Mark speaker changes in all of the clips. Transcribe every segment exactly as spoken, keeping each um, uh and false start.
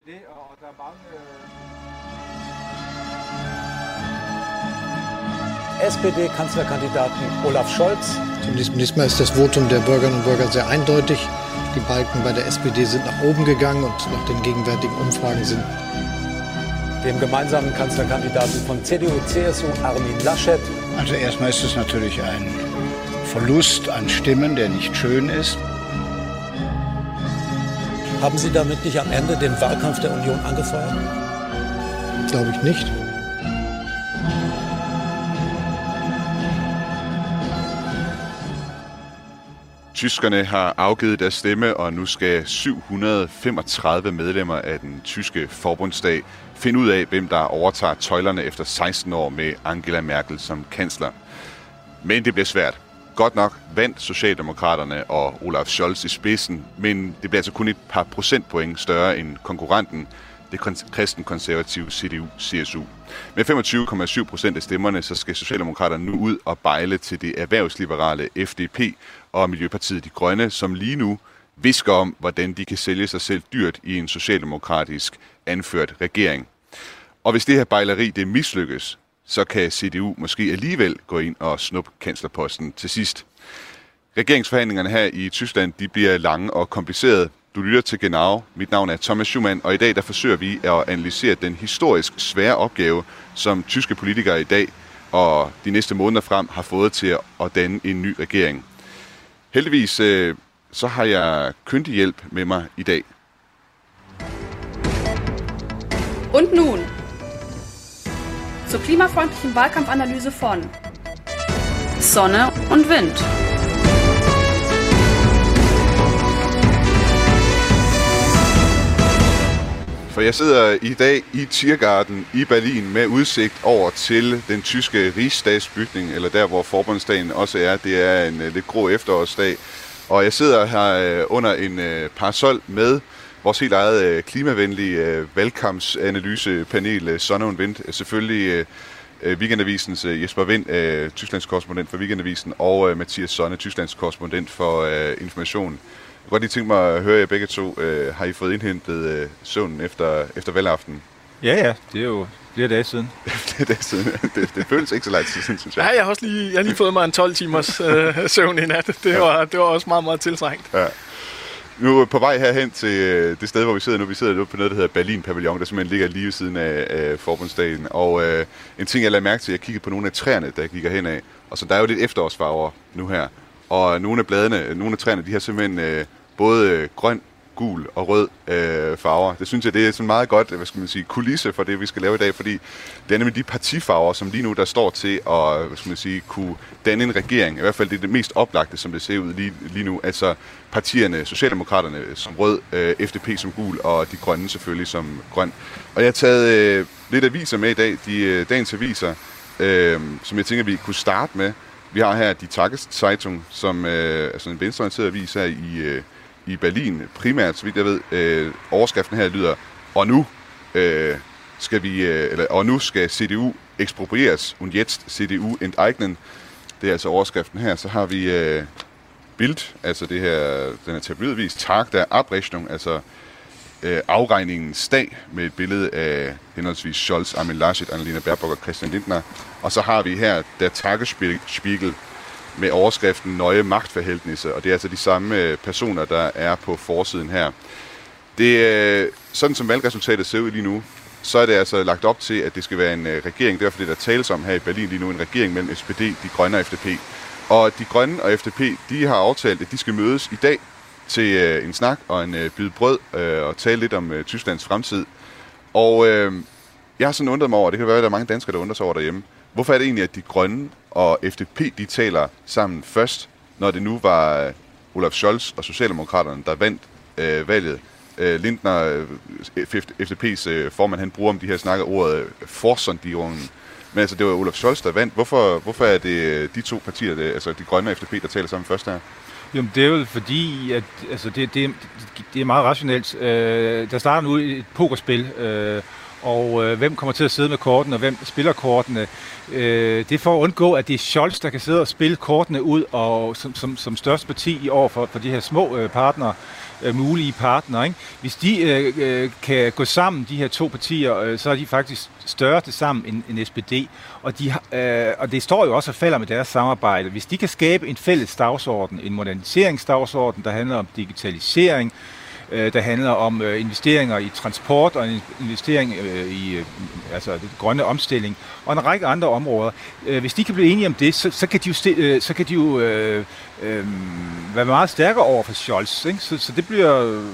Speaker 1: S P D-Kanzlerkandidaten Olaf Scholz.
Speaker 2: Zunächst mal ist das Votum der Bürgerinnen und Bürger sehr eindeutig. Die Balken bei der S P D sind nach oben gegangen und nach den gegenwärtigen Umfragen sind.
Speaker 1: Dem gemeinsamen Kanzlerkandidaten von C D U C S U, Armin Laschet.
Speaker 3: Also erstmal ist es natürlich ein Verlust an Stimmen, der nicht schön ist.
Speaker 1: Haben Sie damit nicht am Ende den Wahlkampf der Union angefeuert?
Speaker 2: Glaube ich nicht.
Speaker 4: Tyskerne har afgivet deres stemme, og nu skal syv hundrede femogtredive medlemmer af den tyske forbundsdag finde ud af, hvem der overtager tøjlerne efter seksten år med Angela Merkel som kansler. Men det bliver svært. Godt nok vandt Socialdemokraterne og Olaf Scholz i spidsen, men det bliver altså kun et par procentpoint større end konkurrenten, det kristenkonservative C D U C S U. Med femogtyve komma syv procent af stemmerne, så skal Socialdemokraterne nu ud og bejle til det erhvervsliberale F D P og Miljøpartiet De Grønne, som lige nu visker om, hvordan de kan sælge sig selv dyrt i en socialdemokratisk anført regering. Og hvis det her bejleri det mislykkes, så kan C D U måske alligevel gå ind og snuppe kanslerposten til sidst. Regeringsforhandlingerne her i Tyskland de bliver lange og komplicerede. Du lytter til Genau. Mit navn er Thomas Schumann, og i dag der forsøger vi at analysere den historisk svære opgave, som tyske politikere i dag og de næste måneder frem har fået til at danne en ny regering. Heldigvis øh, så har jeg kyndig hjælp med mig i dag.
Speaker 5: Und nun zur klimafreundlichen Wahlkampfanalyse von Sonne und Wind.
Speaker 4: For jeg sidder i dag i Tiergarten i Berlin med udsigt over til den tyske Rigsdagsbygning, eller der hvor forbundsdagen også er. Det er en lidt grå efterårsdag, og jeg sidder her under en parasol med vores helt eget klimavenlige valgkampsanalysepanel Sonne und Wind. Selvfølgelig Weekendavisens Jesper Wind, Tysklands korrespondent for Weekendavisen, og Mathias Sonne, Tysklands korrespondent for Information. Jeg kunne godt lige tænke mig at høre jer begge to. Øh, har I fået indhentet øh, søvnen efter, efter valgaften?
Speaker 6: Ja, ja. Det er jo flere dage siden.
Speaker 4: flere dage siden. Det, det føles ikke så lang tid siden, synes jeg.
Speaker 7: Ja, jeg har også lige, jeg har lige fået mig en tolv timers øh, søvn i nat. Det var, det var også meget, meget tiltrængt.
Speaker 4: Ja. Nu er på vej herhen til øh, det sted, hvor vi sidder nu. Vi sidder nu på noget, der hedder Berlin Pavillon, der simpelthen ligger lige ved siden af, af forbundsdagen. Og øh, en ting, jeg lagde mærke til, jeg kiggede på nogle af træerne, der gik hen af. Og så der er jo lidt efterårsfarver nu her. Og nogle af bladene, nogle af træerne, de har simpelthen øh, både øh, grøn, gul og rød øh, farver. Det synes jeg, det er sådan meget godt, hvad skal man sige, kulisse for det, vi skal lave i dag, fordi det er nemlig de partifarver, som lige nu der står til at, hvad skal man sige, kunne danne en regering. I hvert fald det er det mest oplagte, som det ser ud lige, lige nu. Altså partierne, Socialdemokraterne som rød, øh, F D P som gul og de grønne selvfølgelig som grøn. Og jeg har taget øh, lidt aviser med i dag, de øh, dagens aviser, øh, som jeg tænker, vi kunne starte med. Vi har her Die Tageszeitung, som øh, er sådan en venstreorienteret avis her i, øh, i Berlin, primært, så vidt jeg ved. Øh, overskriften her lyder, og nu øh, skal vi, øh, eller, og nu skal C D U eksproprieres, und jetzt C D U enteignen. Det er altså overskriften her. Så har vi øh, Bild, altså det her, den her tabloidavis, Tag der Abrechnung, altså øh, afregningens dag, med et billede af henholdsvis Scholz, Armin Laschet, Annalena Baerbock og Christian Lindner. Og så har vi her der Tagesspiegel med overskriften Neue Machtverhältnisse, og det er altså de samme personer, der er på forsiden her. Det er sådan, som valgresultatet ser ud lige nu, så er det altså lagt op til, at det skal være en regering. Det er fordi, der tales om her i Berlin lige nu, en regering mellem S P D, De Grønne og F D P. Og De Grønne og F D P, de har aftalt, at de skal mødes i dag til en snak og en bid brød og tale lidt om Tysklands fremtid. Og øh, jeg har sådan undret mig over, det kan være, at der er mange danskere, der undrer sig over derhjemme. Hvorfor er det egentlig, at De Grønne og F D P, de taler sammen først, når det nu var Olaf Scholz og Socialdemokraterne, der vandt øh, valget? Øh, Lindner, F D P's øh, formand, han bruger om de her snakker ordet forsonderingen. Men altså, det var Olaf Scholz, der vandt. Hvorfor, hvorfor er det de to partier, det, altså De Grønne og F D P, der taler sammen først her?
Speaker 6: Jamen, det er jo fordi, at altså, det, det, det er meget rationelt. Øh, der starter nu et pokerspil, øh, og øh, hvem kommer til at sidde med kortene, og hvem spiller kortene. Øh, det er for at undgå, at det er Scholz, der kan sidde og spille kortene ud og som, som, som største parti i år for, for de her små øh, partnere, øh, mulige partnere. Ikke? Hvis de øh, øh, kan gå sammen, de her to partier, øh, så er de faktisk større til sammen end, end S P D. Og, de, øh, og det står jo også og falder med deres samarbejde. Hvis de kan skabe en fælles dagsorden, en moderniseringsdagsorden, der handler om digitalisering, der handler om øh, investeringer i transport og en investering øh, i øh, altså det grønne omstilling og en række andre områder. Øh, hvis de kan blive enige om det, så, så kan de jo, sti- øh, så kan de jo øh, øh, være meget stærkere over for Scholz. Ikke? Så, så det bliver øh,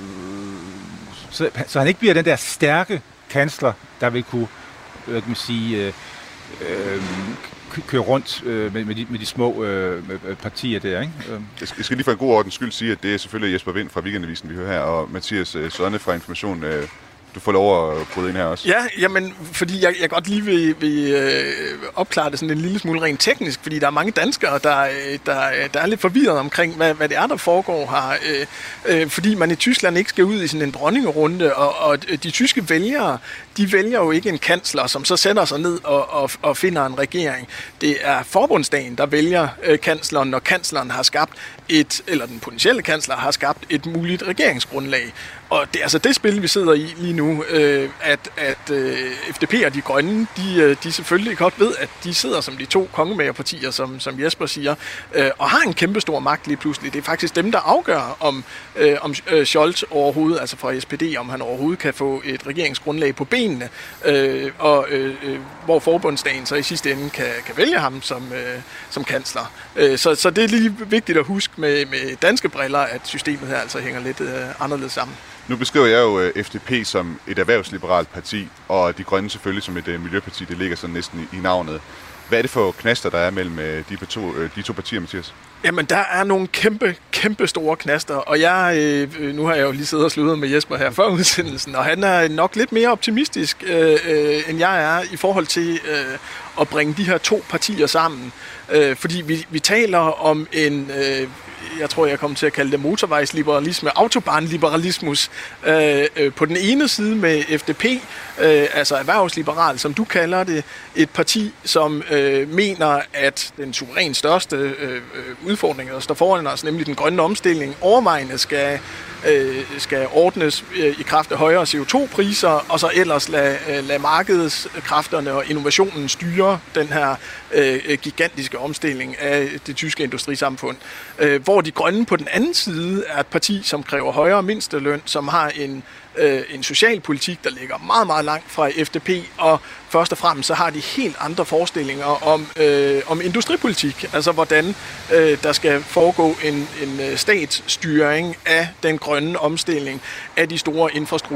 Speaker 6: så, så han ikke bliver den der stærke kansler, der vil kunne øh, kan man sige øh, øh, køre rundt øh, med, med, de, med de små øh, partier der, ikke?
Speaker 4: Jeg skal lige for en god ordens skyld sige, at det er selvfølgelig Jesper Wind fra Weekendavisen, vi hører her, og Mathias Sonne fra Information. Øh, du får lov at bryde ind her også.
Speaker 7: Ja, jamen, fordi jeg, jeg godt lige vil, vil øh, opklare det sådan en lille smule rent teknisk, fordi der er mange danskere, der, der, der er lidt forvirret omkring, hvad, hvad det er, der foregår her. Øh, øh, fordi man i Tyskland ikke skal ud i sådan en dronningerunde, og, og de tyske vælgere, de vælger jo ikke en kansler, som så sætter sig ned og, og, og finder en regering. Det er forbundsdagen, der vælger øh, kansleren, når kansleren har skabt et, eller den potentielle kansler har skabt et muligt regeringsgrundlag. Og det er altså det spil, vi sidder i lige nu, øh, at, at øh, F D P og de grønne, de, de selvfølgelig godt ved, at de sidder som de to kongemagerpartier, som, som Jesper siger, øh, og har en kæmpe stor magt lige pludselig. Det er faktisk dem, der afgør, om, øh, om øh, Scholz overhovedet, altså fra S P D, om han overhovedet kan få et regeringsgrundlag på benene, øh, og øh, hvor forbundsdagen så i sidste ende kan, kan vælge ham som, øh, som kansler. Øh, så, så det er lige vigtigt at huske med, med danske briller, at systemet her altså hænger lidt øh, anderledes sammen. Nu
Speaker 4: beskriver jeg jo F D P som et erhvervsliberalt parti, og de grønne selvfølgelig som et uh, miljøparti. Det ligger sådan næsten i, i navnet. Hvad er det for knaster, der er mellem uh, de, to, uh, de to partier, Mathias?
Speaker 7: Jamen, der er nogle kæmpe, kæmpe store knaster, og jeg, øh, nu har jeg jo lige siddet og sludret med Jesper her før udsendelsen, og han er nok lidt mere optimistisk, øh, øh, end jeg er, i forhold til øh, at bringe de her to partier sammen. Øh, fordi vi, vi taler om en, øh, jeg tror, jeg kommer til at kalde det motorvejsliberalisme, autobahnliberalismus, øh, øh, på den ene side med F D P, øh, altså erhvervsliberal, som du kalder det, et parti, som øh, mener, at den suverænt største øh, udfordring, der står foran os, nemlig den grønne omstilling, overvejende skal, øh, skal ordnes øh, i kraft af højere C O to priser, og så ellers lade, øh, lade markedskræfterne og innovationen styre den her øh, gigantiske omstilling af det tyske industrisamfund. Øh, hvor de grønne på den anden side er et parti, som kræver højere mindsteløn, som har en øh, en socialpolitik, der ligger meget, meget langt fra F D P, og først og fremmest så har de helt andre forestillinger om, øh, om industripolitik, altså hvordan øh, der skal foregå en, en statsstyring af den grønne omstilling af de store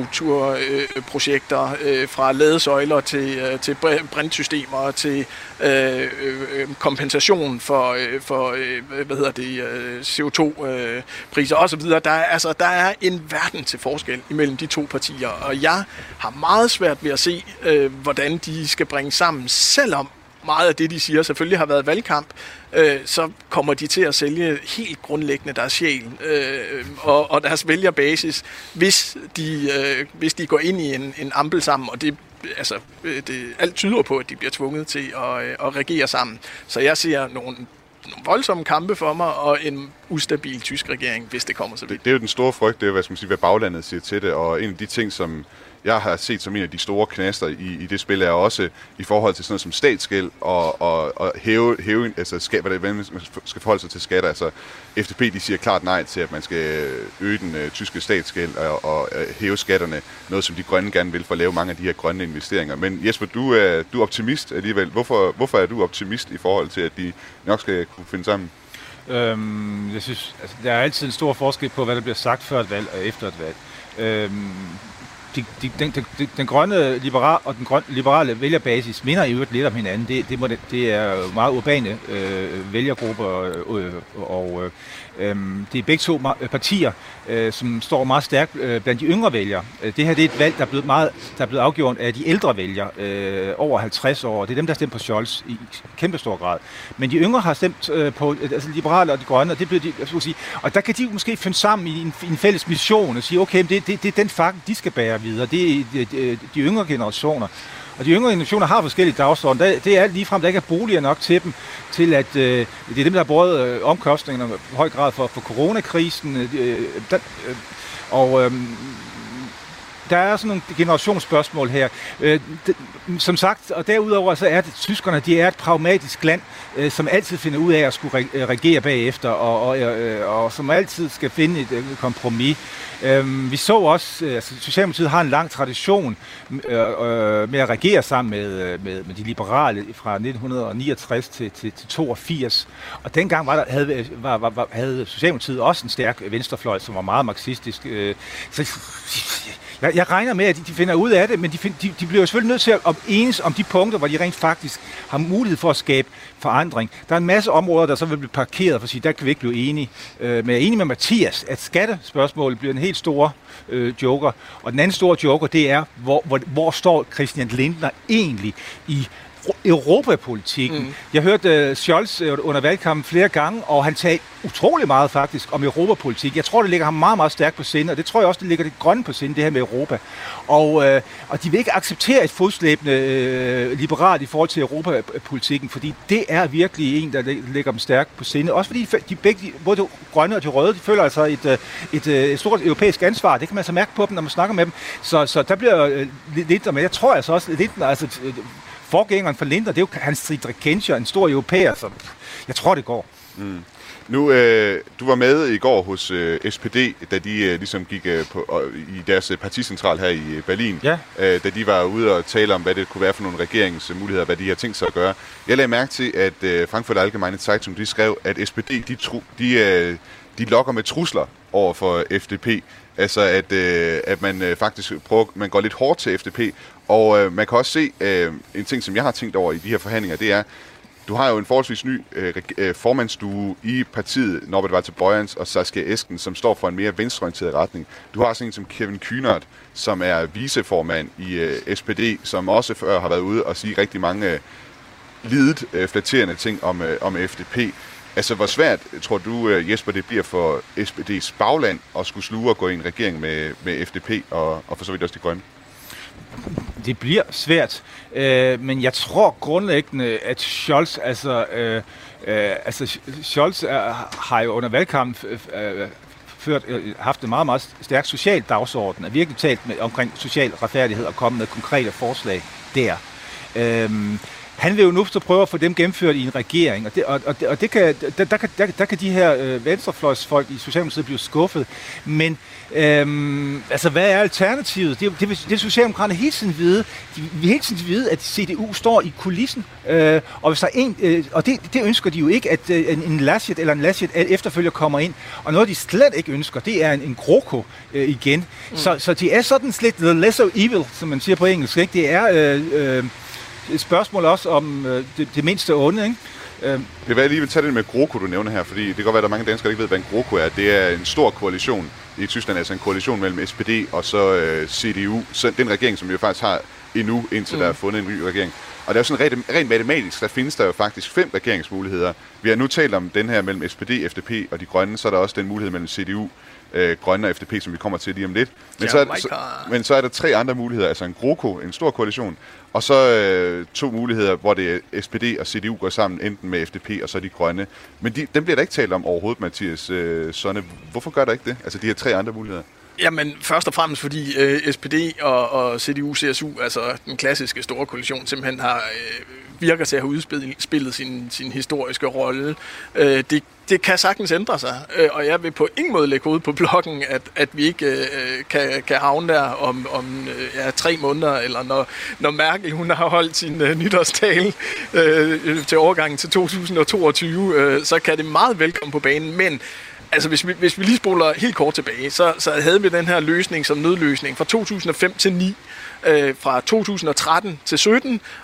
Speaker 7: infrastrukturprojekter, øh, fra ladesøjler til, øh, til brintsystemer, til øh, øh, kompensation for, øh, for øh, hvad hedder det, øh, C O to priser osv. Der er, altså, der er en verden til forskel imellem de to partier, og jeg har meget svært ved at se, øh, hvordan de skal bringe sammen, selvom meget af det, de siger, selvfølgelig har været valgkamp, øh, så kommer de til at sælge helt grundlæggende deres sjæl øh, og, og deres vælgerbasis, hvis de, øh, hvis de går ind i en, en ampel sammen, og det altså, det, alt tyder på, at de bliver tvunget til at, at regere sammen. Så jeg ser nogle nogle voldsomme kampe for mig, og en ustabil tysk regering, hvis det kommer så vidt.
Speaker 4: Det, det er jo den store frygt, det er, hvad, skal man sige, hvad baglandet siger til det, og en af de ting, som jeg har set som en af de store knaster i, i det spil, er også i forhold til sådan noget som statsgæld og, og, og hæve, hæve altså skat, hvordan man skal forholde sig til skatter. Altså F D P, de siger klart nej til, at man skal øge den uh, tyske statsgæld og, og uh, hæve skatterne, noget som de grønne gerne vil for at lave mange af de her grønne investeringer. Men Jesper, du er, du er optimist alligevel. Hvorfor, hvorfor er du optimist i forhold til, at de nok skal kunne finde sammen?
Speaker 6: Øhm, jeg synes, altså, der er altid en stor forskel på, hvad der bliver sagt før et valg og efter et valg. Øhm, De, de, den, de, den grønne liberal og den grønne liberale vælgerbasis minder i øvrigt lidt om hinanden. Det, det, må det, det er meget urbane øh, vælgergrupper, øh, og Øhm, det er begge to partier, øh, som står meget stærkt øh, blandt de yngre vælgere. Det her det er et valg, der er blevet, meget, der er blevet afgjort af de ældre vælgere, øh, over halvtreds år. Det er dem, der har stemt på Scholz i kæmpe stor grad. Men de yngre har stemt øh, på altså liberale og de grønne, og det bliver de, jeg sige, og der kan de måske finde sammen i en, i en fælles mission og sige, okay, det, det, det er den fakkel, de skal bære videre. Det er de, de, de yngre generationer. Og de yngre generationer har forskellige dagsordner. Det er ligefrem, der ikke er boliger nok til dem, til at øh, det er dem, der har båret øh, omkostningerne i høj grad for, for coronakrisen. Øh, der, øh, og øh, der er sådan nogle generationsspørgsmål her. Øh, det, som sagt, og derudover så er det, tyskerne, de er et pragmatisk land, øh, som altid finder ud af at skulle regere bagefter, og, og, øh, og som altid skal finde et øh, kompromis. Øh, vi så også, øh, altså Socialdemokratiet har en lang tradition øh, øh, med at regere sammen med, med, med de liberale fra nitten niogtres til, til, til toogfirs. Og dengang var der, havde, var, var, havde Socialdemokratiet også en stærk venstrefløj, som var meget marxistisk. Øh, så, Jeg, jeg regner med, at de finder ud af det, men de, find, de, de bliver selvfølgelig nødt til at enes om de punkter, hvor de rent faktisk har mulighed for at skabe forandring. Der er en masse områder, der så vil blive parkeret, for at sige, der kan vi ikke blive enige. Øh, men jeg er enig med Mathias, at skattespørgsmålet bliver en helt stor øh, joker. Og den anden store joker, det er, hvor, hvor, hvor står Christian Lindner egentlig i europapolitikken. Mm. Jeg hørte uh, Scholz uh, under valgkampen flere gange, og han talte utrolig meget faktisk om europapolitik. Jeg tror, det ligger ham meget, meget stærkt på sinde, og det tror jeg også, det ligger det grønne på sinde, det her med Europa. Og, uh, og de vil ikke acceptere et fodslæbende uh, liberalt i forhold til europapolitikken, fordi det er virkelig en, der ligger dem stærkt på sinde. Også fordi de begge, både de grønne og de røde, de føler altså et, et, et, et stort europæisk ansvar. Det kan man så mærke på dem, når man snakker med dem. Så, så der bliver uh, lidt, men jeg tror altså også lidt, altså forgængeren for Lindner, det er jo Hans Friedrich Genscher, en stor europæer, så jeg tror, det går.
Speaker 4: Mm. Nu, øh, du var med i går hos øh, S P D, da de øh, ligesom gik øh, på, øh, i deres øh, particentral her i Berlin,
Speaker 6: ja.
Speaker 4: øh, da de var ude og tale om, hvad det kunne være for nogle regeringsmuligheder, hvad de har tænkt sig at gøre. Jeg lagde mærke til, at øh, Frankfurter Allgemeine Zeitung, de skrev, at S P D, de, tru, de, øh, de lokker med trusler over for F D P. Altså, at, øh, at man øh, faktisk prøver, man går lidt hårdt til F D P. Og øh, man kan også se, øh, en ting, som jeg har tænkt over i de her forhandlinger, det er, du har jo en forholdsvis ny øh, formandsstue i partiet, Norbert Walter-Borjans og Saskia Esken, som står for en mere venstreorienteret retning. Du har sådan en som Kevin Kühnert, som er viceformand i øh, S P D, som også før har været ude og sige rigtig mange øh, lidet øh, flatterende ting om, øh, om F D P. Altså, hvor svært, tror du, Jesper, det bliver for S P D's bagland at skulle sluge og gå i en regering med, med F D P og, og for så vidt også de grønne?
Speaker 6: Det bliver svært, øh, men jeg tror grundlæggende, at Scholz, altså, øh, øh, altså Scholz er, har jo under valgkampen øh, ført, øh, haft en meget, meget stærk social dagsorden, er virkelig talt med, omkring social retfærdighed og kommet med konkrete forslag der. Øh, Han vil jo nu så prøve at få dem gennemført i en regering, og det, og, og det, og det kan, der, der, kan, der, der kan de her øh, venstrefløjsfolk i Socialdemokratiet blive skuffet. Men øhm, altså, hvad er alternativet? Det, det, det, det Socialdemokraterne hele tiden vide. De vil hele tiden vide, at C D U står i kulissen, øh, og hvis der er en, øh, og det, det ønsker de jo ikke, at øh, en Laschet eller en Laschet efterfølger kommer ind. Og noget, de slet ikke ønsker, det er en, en GroKo øh, igen. Mm. Så, så de er sådan lidt the lesser evil, som man siger på engelsk. Ikke? Det er øh, øh, et spørgsmål også om øh, det, det mindste onde, ikke? Øh.
Speaker 4: Det vil jeg lige vil tage det med GroKo, du nævner her, fordi det kan godt være, at der er mange danskere, der ikke ved, hvad en GroKo er. Det er en stor koalition i Tyskland, altså en koalition mellem S P D og så øh, C D U. Så den regering, som vi jo faktisk har endnu, indtil mm. der er fundet en ny regering. Og det er jo sådan rent, rent matematisk, der findes der jo faktisk fem regeringsmuligheder. Vi har nu talt om den her mellem S P D, F D P og de grønne, så er der også den mulighed mellem C D U, øh, grønne og F D P, som vi kommer til lige om lidt. Men, så er, så, men så er der tre andre muligheder, altså en GroKo, en stor koalition, og så øh, to muligheder, hvor det er S P D og C D U går sammen, enten med F D P og så de grønne. Men de, dem bliver der ikke talt om overhovedet, Mathias øh, Sonne. Hvorfor gør der ikke det? Altså de her tre andre muligheder.
Speaker 7: Jamen, først og fremmest fordi øh, S P D og, og C D U C S U, altså den klassiske store koalition, simpelthen har øh, virker til at have udspillet sin, sin historiske rolle. Øh, det, det kan sagtens ændre sig, øh, og jeg vil på ingen måde lægge ud på blokken, at, at vi ikke øh, kan, kan havne der om, om øh, ja, tre måneder, eller når, når Merkel hun har holdt sin øh, nytårstale øh, til overgangen til to tusind og toogtyve, øh, så kan det meget velkommen på banen, men altså, hvis vi, hvis vi lige spoler helt kort tilbage, så, så havde vi den her løsning som nødløsning fra to tusind og fem til ni, øh, fra to tusind og tretten til sytten,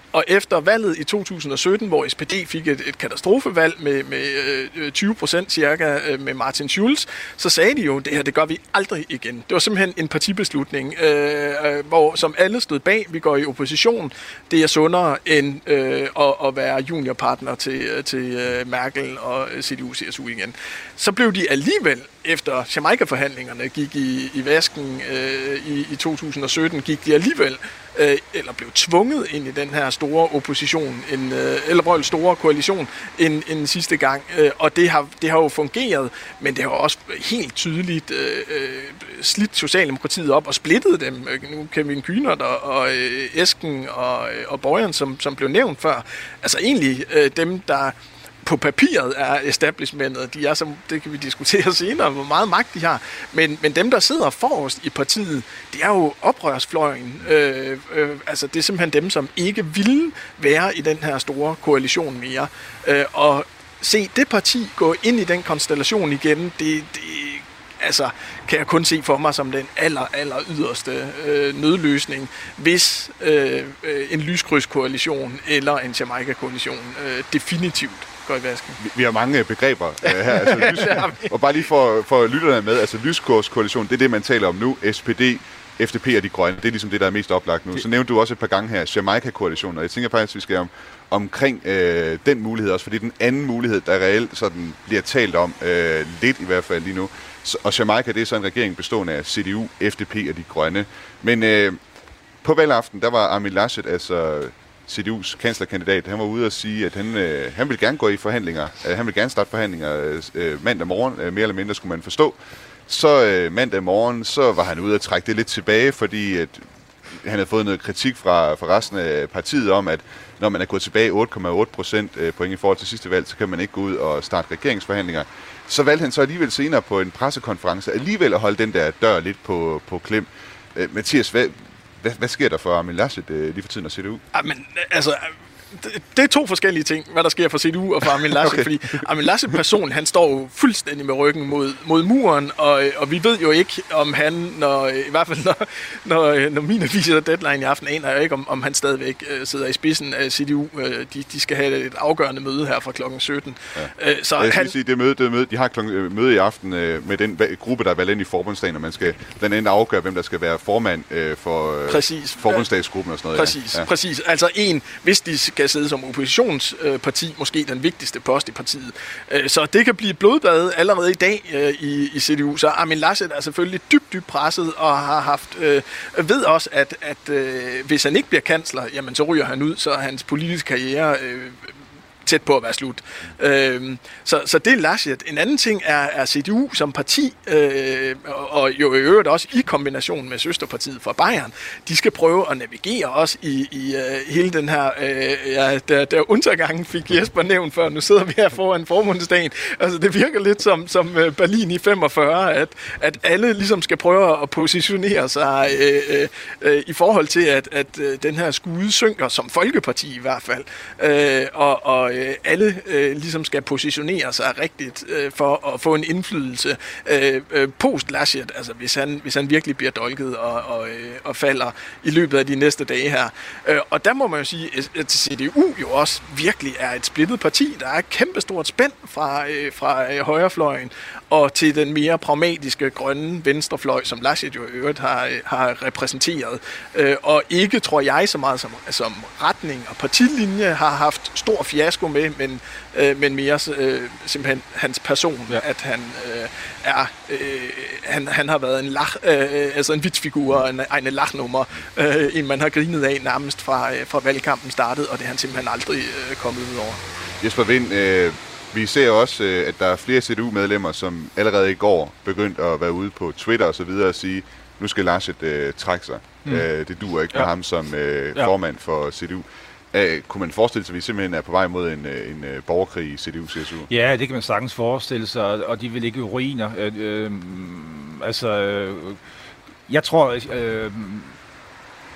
Speaker 7: og efter valget i to tusind og sytten, hvor S P D fik et, et katastrofevalg med, med øh, tyve procent cirka øh, med Martin Schulz, så sagde de jo, det her, det gør vi aldrig igen. Det var simpelthen en partibeslutning, øh, øh, hvor som alle stod bag, vi går i opposition. Det er sundere end øh, at, at være juniorpartner til, til øh, Merkel og C D U C S U igen. Så blev de alligevel, efter Jamaica-forhandlingerne gik i, i vasken øh, i, i to tusind og sytten, gik de alligevel, øh, eller blev tvunget ind i den her store opposition, en, øh, eller brød store koalition, en, en sidste gang. Øh, og det har, det har jo fungeret, men det har også helt tydeligt øh, øh, slidt Socialdemokratiet op og splittet dem. Nu Kevin Kühnert og, og øh, Esken og, og Bøjren, som, som blev nævnt før. Altså egentlig øh, dem, der på papiret er establishmentet, de er som, det kan vi diskutere senere, hvor meget magt de har, men, men dem, der sidder forrest i partiet, det er jo oprørsfløjen. Øh, øh, altså det er simpelthen dem, som ikke ville være i den her store koalition mere. Øh, og se det parti gå ind i den konstellation igen, det, det altså, kan jeg kun se for mig som den aller, aller yderste øh, nødløsning, hvis øh, en lyskryds-koalition eller en Jamaica-koalition øh, definitivt går i vasken.
Speaker 4: Vi, vi har mange begreber øh, her. Altså, lys, og bare lige for, for lytterne med, altså lyskryds-koalition, det er det, man taler om nu. S P D, F D P og de grønne, det er ligesom det, der er mest oplagt nu. Så nævnte du også et par gange her Jamaica-koalitionen, og jeg tænker faktisk, at vi skal om, omkring øh, den mulighed også, fordi den anden mulighed, der reelt sådan bliver talt om, øh, lidt i hvert fald lige nu, og Jamaica, det er så en regering bestående af C D U, F D P og de grønne. Men øh, på valgaften, der var Armin Laschet, altså C D U's kanslerkandidat, han var ude og sige, at han, øh, han ville gerne gå i forhandlinger. Øh, han ville gerne starte forhandlinger øh, mandag morgen, øh, mere eller mindre skulle man forstå. Så øh, mandag morgen, så var han ude og trække det lidt tilbage, fordi at han havde fået noget kritik fra, fra resten af partiet om, at når man er gået tilbage otte komma otte procent point i forhold til sidste valg, så kan man ikke gå ud og starte regeringsforhandlinger. Så valgte han så alligevel senere på en pressekonference alligevel at holde den der dør lidt på, på klem. Øh, Mathias, hvad, hvad, hvad sker der for Armin Laschet øh, lige for tiden at se det ud?
Speaker 7: Jamen, altså, det, det er to forskellige ting, hvad der sker for C D U og for Armin Laschet, okay. Fordi Armin Laschet person, han står jo fuldstændig med ryggen mod, mod muren, og, og vi ved jo ikke, om han, når, i hvert fald når, når, når min avis er deadline i aften, aner jeg ikke, om, om han stadigvæk uh, sidder i spidsen af C D U. Uh, de, de skal have et afgørende møde her fra klokken sytten.
Speaker 4: Ja. Uh, så jeg skal han, sige, det møde, det møde, de har klokken, møde i aften uh, med den gruppe, der er valgt ind i forbundsdagen, og man skal blandt andet afgøre, hvem der skal være formand uh, for uh, forbundsdagsgruppen og sådan noget.
Speaker 7: Præcis, ja. præcis. Altså en, hvis de skal sidde som oppositionsparti, måske den vigtigste post i partiet. Så det kan blive blodbad allerede i dag i, i C D U. Så Armin Laschet er selvfølgelig dybt, dybt presset og har haft, øh, ved også, at, at øh, hvis han ikke bliver kansler, jamen så ryger han ud, så er hans politiske karriere øh, tæt på at være slut. Øh, så, så det er Laschet. En anden ting er, er C D U som parti, øh, og jo i øvrigt også i kombination med søsterpartiet fra Bayern. De skal prøve at navigere også i, i uh, hele den her, uh, ja, der, der undergangen fik Jesper nævnt før, nu sidder vi her foran forbundsdagen. Altså det virker lidt som, som Berlin i femogfyrre, at, at alle ligesom skal prøve at positionere sig uh, uh, uh, i forhold til, at, at uh, den her skude synker, som folkeparti i hvert fald, uh, og, og alle øh, ligesom skal positionere sig rigtigt øh, for at få en indflydelse øh, øh, post-Laschet, altså hvis han, hvis han virkelig bliver dolket og, og, øh, og falder i løbet af de næste dage her. Øh, og der må man jo sige, at C D U jo også virkelig er et splittet parti. Der er et kæmpestort spænd fra, øh, fra øh, højrefløjen og til den mere pragmatiske grønne venstrefløj, som Laschet jo i øvrigt har, har repræsenteret. Øh, og ikke, tror jeg, så meget som, som retning og partilinje har haft stor fiasko med, men, øh, men mere øh, simpelthen hans person, ja. At han øh, er øh, han, han har været en lach, øh, altså en vitsfigur, en, en lachnummer, øh, en man har grinet af nærmest fra, øh, fra valgkampen startede, og det er han simpelthen aldrig øh, kommet ud over.
Speaker 4: Jesper Wind, øh, vi ser også, øh, at der er flere C D U-medlemmer, som allerede i går begyndte at være ude på Twitter og så videre og sige, nu skal Laschet øh, trække sig. Mm. Øh, det duer ikke med ja. ham som øh, ja. formand for C D U. Æh, kunne man forestille sig, at vi simpelthen er på vej mod en, en, en borgerkrig i C D U C S U?
Speaker 6: Ja, det kan man sagtens forestille sig, og de vil ikke ruiner. Øh, øh, altså, øh, jeg tror, øh,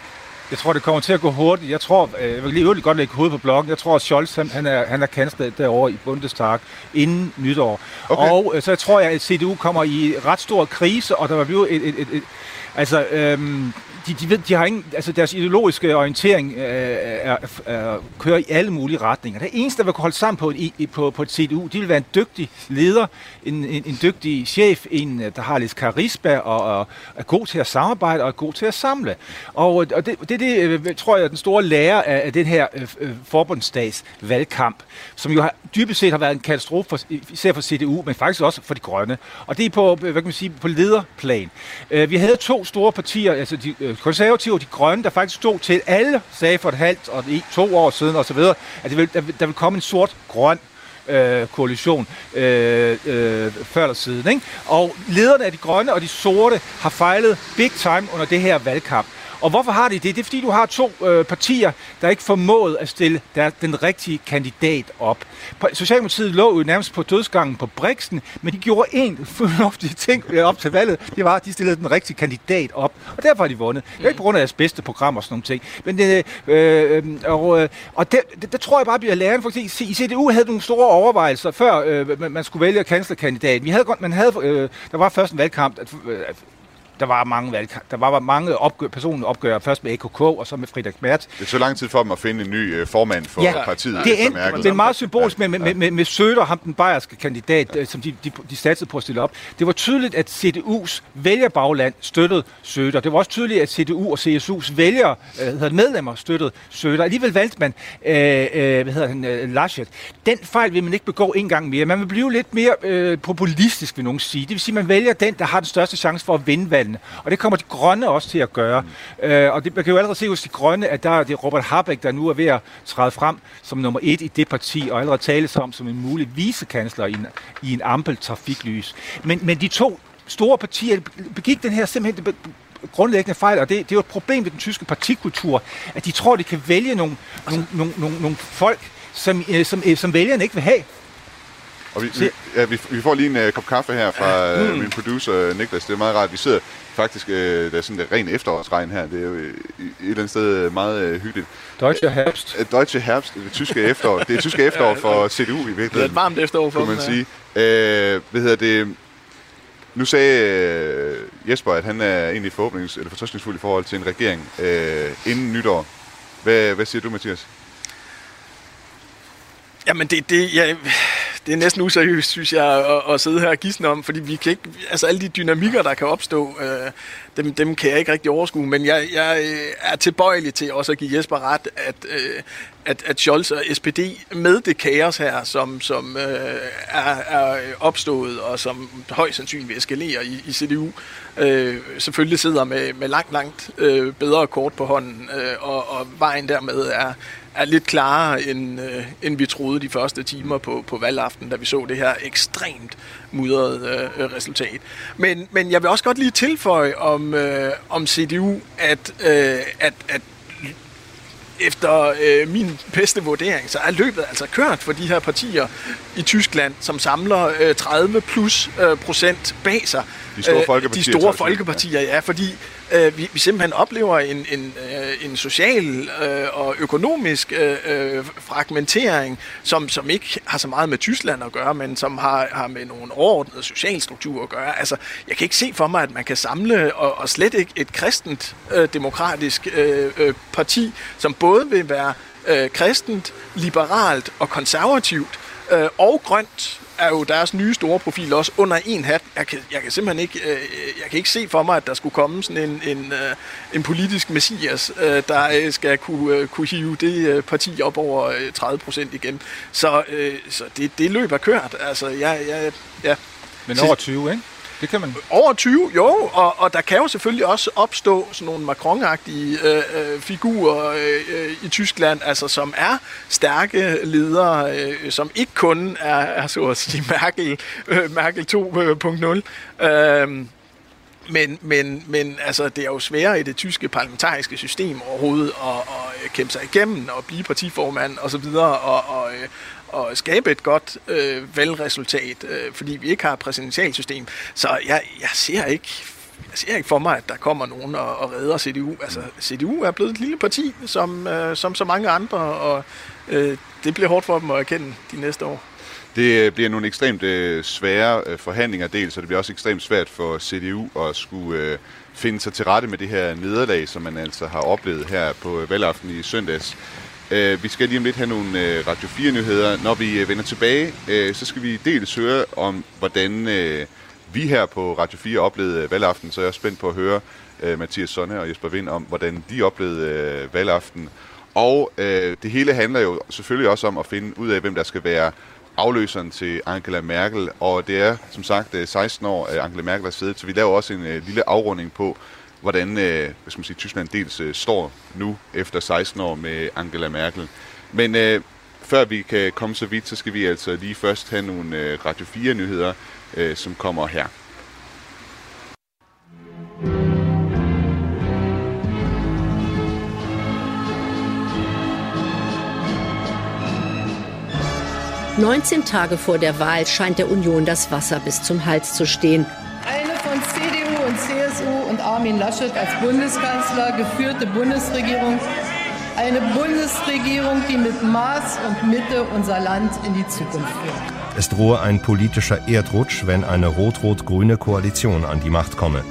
Speaker 6: Jeg tror, det kommer til at gå hurtigt. Jeg tror, jeg vil lige godt lægge hovedet på blokken. Jeg tror, at Scholz, han er, han er kansler derovre i Bundestag inden nytår. Okay. Og så tror jeg, at C D U kommer i ret stor krise, og der vil blive et, et, et, et altså, øhm, de, de, ved, de har ingen, altså deres ideologiske orientering øh, er, er, kører i alle mulige retninger. Det eneste, der vil kunne holde sammen på et, på, på et C D U, de vil være en dygtig leder, en, en, en dygtig chef, en, der har lidt karisma og, og er god til at samarbejde og er god til at samle. Og, og det, det, det tror jeg er den store lære af, af den her øh, forbundsdags valgkamp, som jo har, dybest set har været en katastrofe, for, især for C D U, men faktisk også for de grønne. Og det er på, hvad kan man sige, på lederplan. Øh, vi havde to store partier, altså de øh, konservative og de grønne, der faktisk stod til, alle sagde for et halvt og to år siden osv., at det vil, der, der vil komme en sort-grøn øh, koalition øh, øh, før eller siden. Ikke? Og lederne af de grønne og de sorte har fejlet big time under det her valgkamp. Og hvorfor har de det? Det er fordi, du har to øh, partier, der ikke formåede at stille der, den rigtige kandidat op. Socialdemokratiet lå jo nærmest på dødsgangen på Brixen, men de gjorde en fornuftig ting op til valget. Det var, at de stillede den rigtige kandidat op, og derfor har de vundet. Det er ikke på grund af deres bedste program og sådan nogle ting. Men det, øh, og, og der, der tror jeg bare, bliver læren. For i C D U havde nogle store overvejelser, før øh, man skulle vælge kanslerkandidat. Vi havde, man havde, øh, der var først en valgkamp, at, at Der var mange valg, der var mange opgør, personlige opgør, først med A K K og så med Friedrich Merz.
Speaker 4: Det er så lang tid for dem at finde en ny uh, formand for
Speaker 6: ja,
Speaker 4: partiet.
Speaker 6: Det er, en, det er meget symbolisk med, med, med, med, med Söder, ham den bayerske kandidat, ja. som de, de, de satsede på at stille op. Det var tydeligt, at C D U's vælgerbagland støttede Söder. Det var også tydeligt, at C D U og C S U's vælger, øh, medlemmer støttede Söder. Alligevel valgte man øh, øh, hvad hedder han, øh, Laschet. Den fejl vil man ikke begå en gang mere. Man vil blive lidt mere øh, populistisk, vil nogen sige. Det vil sige, at man vælger den, der har den største chance for at vinde valgene. Og det kommer de grønne også til at gøre. Mm. Øh, og det, man kan jo allerede se hos de grønne, at der er det Robert Habeck, der nu er ved at træde frem som nummer et i det parti, og allerede tales om som en mulig vicekansler i en, i en ampel trafiklys. Men, men de to store partier begik den her simpelthen grundlæggende fejl, og det, det er jo et problem ved den tyske partikultur, at de tror, de kan vælge nogle, nogle, nogle, nogle, nogle folk, som, som, som vælgerne ikke vil have.
Speaker 4: Og vi, vi, ja, vi, vi får lige en uh, kop kaffe her fra uh, mm. min producer Niklas. Det er meget rart. Vi sidder faktisk, uh, der er sådan et ren efterårsregn her. Det er jo uh, et eller andet sted uh, meget uh, hyggeligt.
Speaker 6: Deutsche Herbst.
Speaker 4: Uh, Deutsche Herbst, det tyske efterår. Det er tyske efterår for C D U i virkeligheden.
Speaker 7: Det er et varmt efterår for
Speaker 4: man sige. Uh, hvad hedder det? Nu sagde uh, Jesper, at han er egentlig forhåbnings- eller fortrøstningsfuld i forhold til en regering uh, inden nytår. Hvad, hvad siger du, Mathias?
Speaker 7: Jamen, det, det, jeg, det er næsten useriøst, synes jeg, at, at sidde her og gisne om, fordi vi kan ikke, altså alle de dynamikker, der kan opstå, øh, dem, dem kan jeg ikke rigtig overskue, men jeg, jeg er tilbøjelig til også at give Jesper ret, at, øh, at, at Scholz og S P D med det kaos her, som, som øh, er, er opstået, og som højst sandsynligt vil eskalere i, i C D U, øh, selvfølgelig sidder med, med langt, langt øh, bedre kort på hånden, øh, og, og vejen dermed er er lidt klarere, end, øh, end vi troede de første timer på, på valgaften, da vi så det her ekstremt mudrede øh, resultat. Men, men jeg vil også godt lige tilføje om, øh, om C D U, at, øh, at, at efter øh, min bedste vurdering, så er løbet altså kørt for de her partier i Tyskland, som samler øh, tredive plus øh, procent bag sig.
Speaker 4: De store folkepartier.
Speaker 7: De store folkepartier, ja, fordi øh, vi, vi simpelthen oplever en, en, øh, en social øh, og økonomisk øh, fragmentering, som, som ikke har så meget med Tyskland at gøre, men som har, har med nogle overordnede socialstrukturer at gøre. Altså, jeg kan ikke se for mig, at man kan samle, og, og slet ikke et kristent øh, demokratisk øh, øh, parti, som både vil være øh, kristent, liberalt og konservativt, øh, og grønt, er jo deres nye store profil også under en hat. Jeg kan, jeg kan simpelthen ikke, øh, jeg kan ikke se for mig, at der skulle komme sådan en, en, øh, en politisk messias, øh, der øh, skal kunne, øh, kunne hive det øh, parti op over øh, tredive procent igen. Så, øh, så det, det løb er kørt. Altså, jeg, jeg, ja.
Speaker 6: Men over tyve, ikke? Det kan man.
Speaker 7: Over tyve, jo, og, og der kan jo selvfølgelig også opstå sådan nogle Macron-agtige øh, øh, figurer øh, i Tyskland, altså som er stærke ledere, øh, som ikke kun er, er så at sige Merkel, øh, Merkel to punkt nul. Øh, Men, men, men altså, det er jo sværere i det tyske parlamentariske system overhovedet at, at kæmpe sig igennem og blive partiformand og så videre og, og, og skabe et godt øh, valgresultat, øh, fordi vi ikke har et præsidentialsystem. Så jeg, jeg ser ikke jeg ser ikke for mig, at der kommer nogen og, og redder C D U. Altså, C D U er blevet et lille parti, som, øh, som så mange andre, og øh, det bliver hårdt for dem at erkende de næste år.
Speaker 4: Det bliver nogle ekstremt øh, svære øh, forhandlinger dels, så det bliver også ekstremt svært for C D U at skulle øh, finde sig til rette med det her nederlag, som man altså har oplevet her på øh, valgaften i søndags. Øh, vi skal lige om lidt have nogle øh, Radio fire-nyheder. Når vi øh, vender tilbage, øh, så skal vi dels høre om, hvordan øh, vi her på Radio fire oplevede valgaften, så jeg er spændt på at høre øh, Mathias Sonne og Jesper Wind om, hvordan de oplevede øh, valgaften. Og øh, det hele handler jo selvfølgelig også om at finde ud af, hvem der skal være afløseren til Angela Merkel, og det er som sagt seksten år, Angela Merkel har siddet, så vi laver også en uh, lille afrunding på, hvordan uh, hvad skal man sige, Tyskland dels uh, står nu efter seksten år med Angela Merkel. Men uh, før vi kan komme så vidt, så skal vi altså lige først have nogle uh, Radio fire-nyheder, uh, som kommer her.
Speaker 8: neunzehn Tage vor der Wahl scheint der Union das Wasser bis zum Hals zu stehen.
Speaker 9: Eine von C D U und C S U und Armin Laschet als Bundeskanzler geführte Bundesregierung. Eine Bundesregierung, die mit Maß und Mitte unser Land in die Zukunft führt.
Speaker 10: Es drohe ein politischer Erdrutsch, wenn eine rot-rot-grüne Koalition an die Macht komme.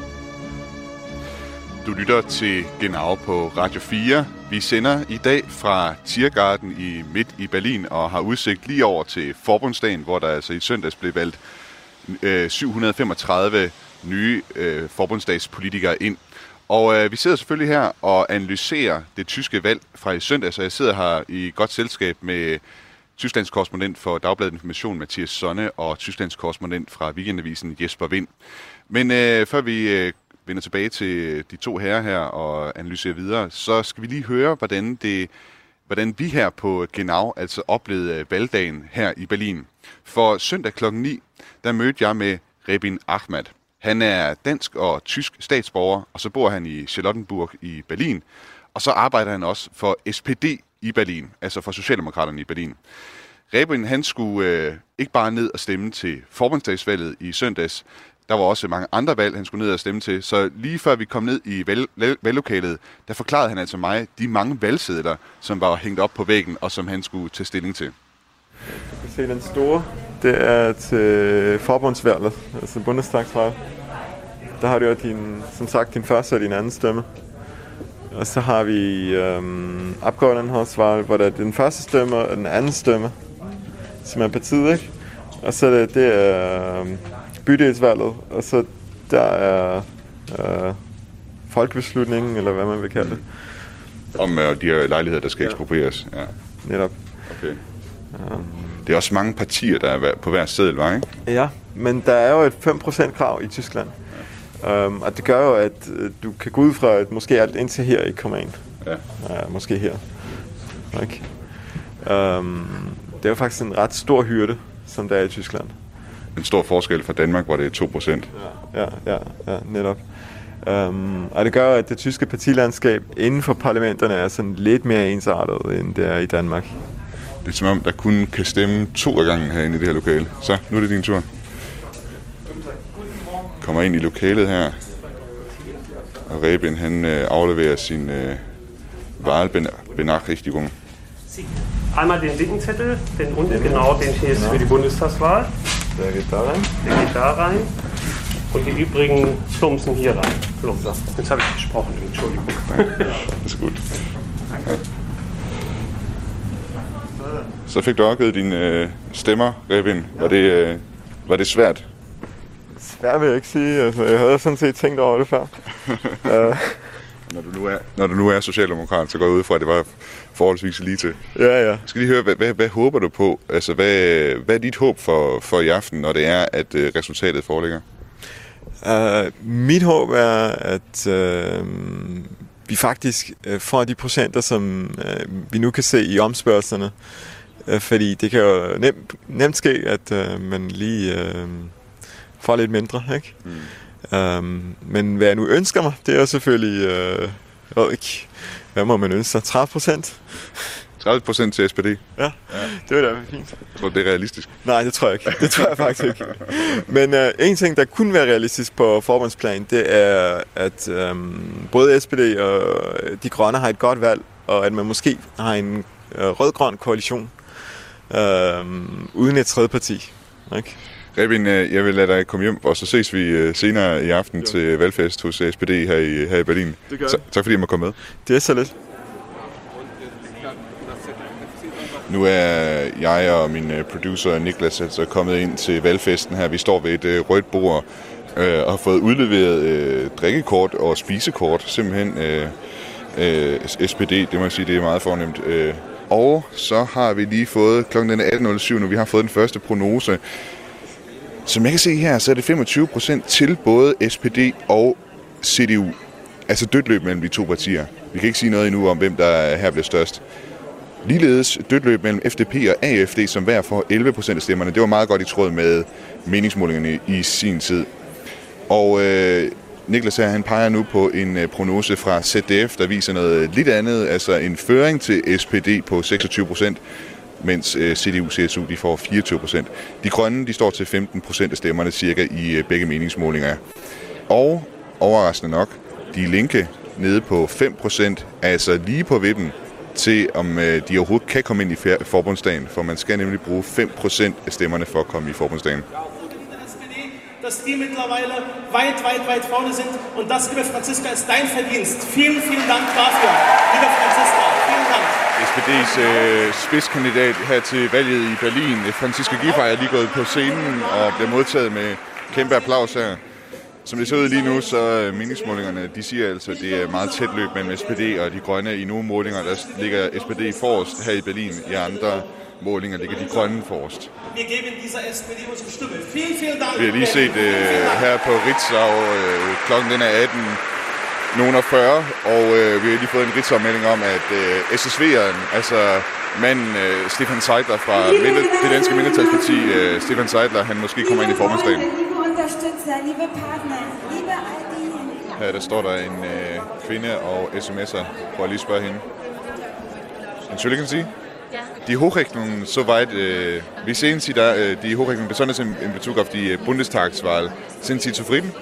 Speaker 4: Du lytter til Genau på Radio fire. Vi sender i dag fra Tiergarten i midt i Berlin og har udsigt lige over til Forbundsdagen, hvor der altså i søndags blev valgt øh, syv hundrede femogtredive nye øh, forbundsdagspolitikere ind. Og øh, vi sidder selvfølgelig her og analyserer det tyske valg fra i søndags, så jeg sidder her i godt selskab med Tysklands korrespondent for Dagbladet Information, Mathias Sonne, og Tysklands korrespondent fra Weekendavisen, Jesper Wind. Men øh, før vi øh, vender tilbage til de to herrer her og analyserer videre, så skal vi lige høre, hvordan, det, hvordan vi her på Genau altså oplevede valgdagen her i Berlin. For søndag klokken ni, der mødte jeg med Rebin Ahmad. Han er dansk og tysk statsborger, og så bor han i Charlottenburg i Berlin. Og så arbejder han også for S P D i Berlin, altså for Socialdemokraterne i Berlin. Rebin, han skulle øh, ikke bare ned og stemme til forbundsdagsvalget i søndags. Der var også mange andre valg, han skulle ned og stemme til. Så lige før vi kom ned i valg- valglokalet, der forklarede han altså mig de mange valgsedler, som var hængt op på væggen, og som han skulle tage stilling til.
Speaker 11: Du kan se den store. Det er til forbundsvalget, altså Bundestagsvalg. Der har du jo din, som sagt din første og din anden stemme. Og så har vi øhm, Abgeordnetenhausvalg, hvor der er den første stemme og den anden stemme, som er partiet, ikke? Og så det, det er øhm, bydelsvalget, og så der er øh, folkebeslutningen, eller hvad man vil kalde det.
Speaker 4: Om øh, de her lejligheder, der skal ja. eksproprieres. Ja.
Speaker 11: Netop.
Speaker 4: Okay. Ja. Det er også mange partier, der er på hver seddel, var, ikke?
Speaker 11: Ja, men der er jo et fem procent krav i Tyskland. Ja. Um, og det gør jo, at uh, du kan gå ud fra, at måske alt indtil her ikke kommer ind. Ja. Uh, måske her. Okay. Um, det er jo faktisk en ret stor hyrde, som der er i Tyskland.
Speaker 4: En stor forskel fra Danmark, hvor det er to procent.
Speaker 11: Ja, ja, ja, ja, netop. Um, og det gør, at det tyske partilandskab inden for parlamenterne er sådan lidt mere ensartet, end det er i Danmark.
Speaker 4: Det er som om, der kun kan stemme to af gangen herinde i det her lokale. Så, nu er det din tur. Kommer ind i lokalet her. Og Rebin, han øh, afleverer sin øh, Wahlbenachrichtigung.
Speaker 12: Einmal den dicken Zettel, den unten, genau, den hier ist für die Bundestagswahl.
Speaker 11: Der geht da rein.
Speaker 12: Der geht da rein. Und die übrigen plumpsen hier rein. Plumpser. Jetzt habe ich gesprochen, Entschuldigung.
Speaker 4: Das ist gut. Ja. Så fik du afgivet dine øh, stemmer, Rebin. Var det, øh, var det svært?
Speaker 11: Svært vil jeg ikke sige. Altså, jeg havde sådan set tænkt over det før. uh.
Speaker 4: Når du nu er, når du nu er socialdemokrat, så går jeg ud fra, at det var forholdsvis lige til.
Speaker 11: Ja, ja. Jeg
Speaker 4: skal lige høre, hvad, hvad, hvad håber du på? Altså, hvad, hvad er dit håb for, for i aften, når det er, at uh, resultatet foreligger?
Speaker 11: Uh, mit håb er, at uh, vi faktisk uh, får de procenter, som uh, vi nu kan se i omspørgslerne. Uh, fordi det kan jo nemt, nemt ske, at uh, man lige uh, får lidt mindre, ikke? Mm. Um, men hvad jeg nu ønsker mig, det er selvfølgelig, uh, jeg ved ikke, hvad må man ønske sig? tredive procent?
Speaker 4: tredive procent til S P D.
Speaker 11: Ja, ja. Det var da fint.
Speaker 4: Jeg tror, det er realistisk.
Speaker 11: Nej, det tror jeg ikke. Det tror jeg faktisk ikke. Men uh, en ting, der kunne være realistisk på forbundsplan, det er, at um, både S P D og De Grønne har et godt valg, og at man måske har en uh, rød-grøn koalition uh, uden et tredje parti. Okay?
Speaker 4: Rebin, jeg vil lade dig komme hjem, og så ses vi senere i aften jo. Til valgfest hos S P D her i, her i Berlin. Så, tak fordi jeg må komme med.
Speaker 11: Det er så lidt.
Speaker 4: Nu er jeg og min producer Niklas altså kommet ind til valgfesten her. Vi står ved et øh, rødt bord øh, og har fået udleveret øh, drikkekort og spisekort. Simpelthen øh, øh, S P D, det må jeg sige, det er meget fornemt. Øh. Og så har vi lige fået, klokken er atten nul syv nu, vi har fået den første prognose. Som jeg kan se her, så er det femogtyve procent til både S P D og C D U. Altså dødt løb mellem de to partier. Vi kan ikke sige noget endnu om, hvem der her bliver størst. Ligeledes dødt løb mellem F D P og A F D, som hver får elleve procent af stemmerne. Det var meget godt i tråd med meningsmålingerne i sin tid. Og øh, Niklas her, han peger nu på en øh, prognose fra Z D F, der viser noget lidt andet. Altså en føring til S P D på seksogtyve procent, mens øh, C D U og C S U de får fireogtyve procent. De grønne de står til femten procent af stemmerne cirka i øh, begge meningsmålinger. Og overraskende nok, De Linke nede på fem procent, altså lige på vippen til, om øh, de overhovedet kan komme ind i forbundsdagen, for man skal nemlig bruge fem procent af stemmerne for at komme i forbundsdagen.
Speaker 13: Dass die mittlerweile weit, weit, weit vorne sind. Und das, liebe Franziska, ist dein Verdienst. Vielen, vielen Dank dafür, liebe Franziska. Vielen Dank.
Speaker 4: S P D's øh, spidskandidat her til valget i Berlin, Franziska Giffey, er lige gået på scenen og bliver modtaget med kæmpe applaus her. Som det ser ud lige nu, så meningsmålingerne, de siger altså, at det er meget tæt løb mellem S P D og De Grønne. I nogle målinger, der ligger S P D forrest her i Berlin. I andre målinger ligger De Grønne forrest. Vi har lige set øh, her på Ritzau, øh, klokken den er atten fyrre, og øh, vi har lige fået en Ritzau-melding om, at øh, S S V'eren, altså manden øh, Stefan Seidler fra det danske mindretalsparti, øh, Stefan Seidler, han måske kommer ind i formandsdagen. Her der står der en øh, kvinde og sms'er. Prøv lige at spørge hende. Entschuldigen Sie? Die Hochrechnung soweit, äh, wie sehen Sie da äh, die Hochrechnung, besonders in, in Bezug auf die Bundestagswahl? Sind Sie zufrieden?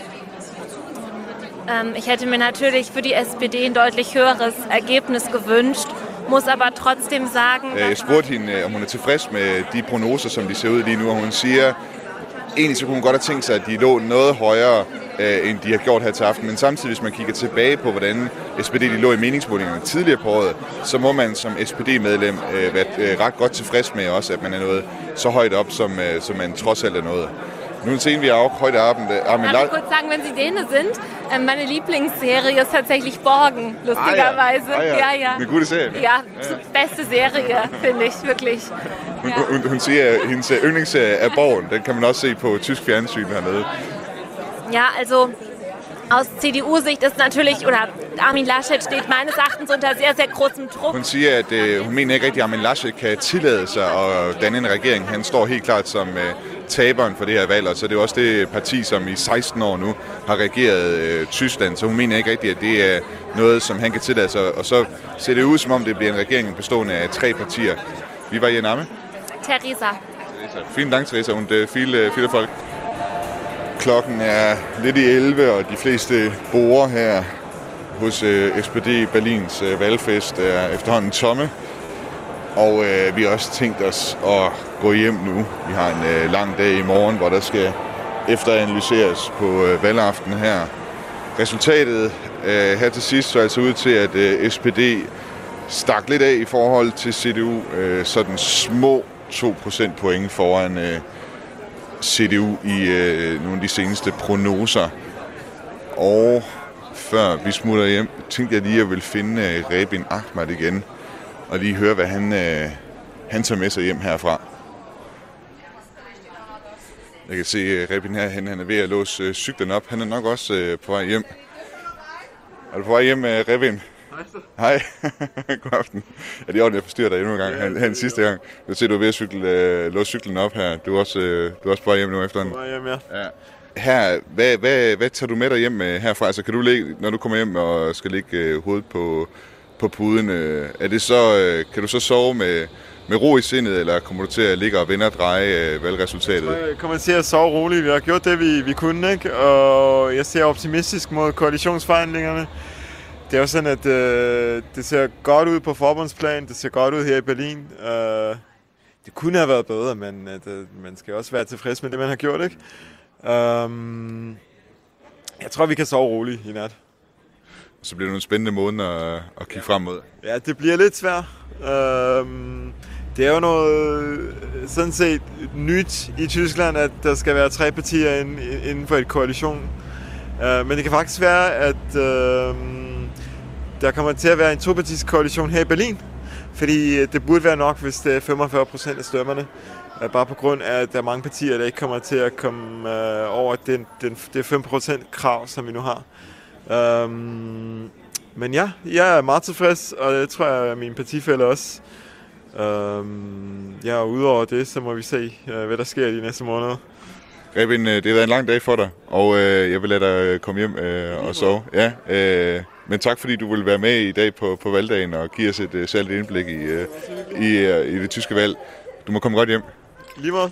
Speaker 14: Ähm, ich hätte mir natürlich für die S P D ein deutlich höheres Ergebnis gewünscht, muss aber trotzdem sagen...
Speaker 4: Jeg spurgte hende, om hun er tilfreds med de prognoser, som de ser ud lige nu, og hun siger, egentlig så kunne hun godt have tænkt sig, at de lå noget højere, øh, end de har gjort her til aften. Men samtidig, hvis man kigger tilbage på, hvordan S P D de lå i meningsmålingerne tidligere på året, så må man som S P D-medlem øh, være øh, ret godt tilfreds med også, at man er nået så højt op, som, øh, som man trods alt er nået. Nun sehen wir auch heute Abend Armin
Speaker 14: Laschet. Darf ich kurz sagen, wenn Sie Däne sind, äh, meine Lieblingsserie ist tatsächlich Borgen, lustigerweise.
Speaker 4: Ah, ja. Ah, ja.
Speaker 14: Ja, ja.
Speaker 4: Eine gute Serie.
Speaker 14: Ja, ja. Beste Serie, finde ich, wirklich.
Speaker 4: Hun, ja. hun, hun siger, at hendes yndlingsserie er Borgen. Den kan man også se på tysk fjernsyn hernede.
Speaker 14: Ja, altså aus C D U-Sicht ist natürlich, oder Armin Laschet steht meines Erachtens unter sehr, sehr großem Druck.
Speaker 4: Hun siger, at øh, hun mener ikke rigtig, at Armin Laschet kan tillade sig at danne en regering. Han står helt klart som øh, taberen for det her valg, og så det er også det parti, som i seksten år nu har regeret øh, Tyskland, så hun mener ikke rigtigt, at det er noget, som han kan tillade sig. Og så ser det ud, som om det bliver en regering bestående af tre partier. Vi var i Name?
Speaker 14: Theresa.
Speaker 4: Vielen Dank, Theresa, und äh, viele, viele folk. Klokken er lidt i elleve, og de fleste borde her hos øh, S P D Berlins øh, valgfest er efterhånden tomme. Og øh, vi har også tænkt os at gå hjem nu. Vi har en øh, lang dag i morgen, hvor der skal efteranalyseres på øh, valgaften her. Resultatet øh, her til sidst så altså ud til, at øh, S P D stak lidt af i forhold til C D U. Øh, sådan små to procentpoint foran øh, C D U i øh, nogle af de seneste prognoser. Og før vi smutter hjem, tænkte jeg lige, at jeg ville finde øh, Rebin Ahmad igen. Og lige høre, hvad han, øh, han tager med sig hjem herfra. Jeg kan se uh, Rebin her, han, han er ved at låse uh, cyklen op. Han er nok også uh, på vej hjem. Er du på vej hjem, uh, Rebin? Hej. God aften. Er det ordentligt, jeg forstyrrer dig endnu en gang? Han, han sidste gang. Jeg ser, du er ved at cykle, uh, låse cyklen op her. Du er også, uh, du er også på vej hjem nu efter den.
Speaker 11: På vej hjem, ja. ja.
Speaker 4: Her, hvad, hvad, hvad tager du med dig hjem uh, herfra? Altså, kan du ligge, når du kommer hjem og skal lægge uh, hovedet på på puden. Øh, er det så, øh, kan du så sove med, med ro i sindet, eller kommer du til at ligge og vende og dreje øh, valgresultatet?
Speaker 11: Jeg kommer til at sove roligt. Vi har gjort det, vi, vi kunne, ikke? Og jeg ser optimistisk mod koalitionsforhandlingerne. Det er jo sådan, at øh, det ser godt ud på forbundsplan, det ser godt ud her i Berlin. Øh, det kunne have været bedre, men at, øh, man skal også være tilfreds med det, man har gjort, ikke? Øh, jeg tror, vi kan sove roligt i nat.
Speaker 4: Så bliver det nogle spændende måneder at, at kigge frem mod.
Speaker 11: Ja, det bliver lidt svært. Øh, det er jo noget sådan set nyt i Tyskland, at der skal være tre partier inden for et koalition. Øh, men det kan faktisk være, at øh, der kommer til at være en topartisk koalition her i Berlin, fordi det burde være nok, hvis det er femogfyrre procent af stemmerne. Bare på grund af, at der er mange partier, der ikke kommer til at komme øh, over den, den, det fem procent krav, som vi nu har. Um, men ja, jeg er meget tilfreds, og det tror jeg, at mine partifæller også. Um, ja, og udover det, så må vi se, uh, hvad der sker i de næste måneder.
Speaker 4: Reben, det har været en lang dag for dig, og øh, jeg vil lade dig komme hjem øh, og sove. Ja, øh, men tak fordi du vil være med i dag på, på valgdagen og give os et øh, særligt indblik i, øh, i, øh, i det tyske valg. Du må komme godt hjem.
Speaker 11: Lige måde.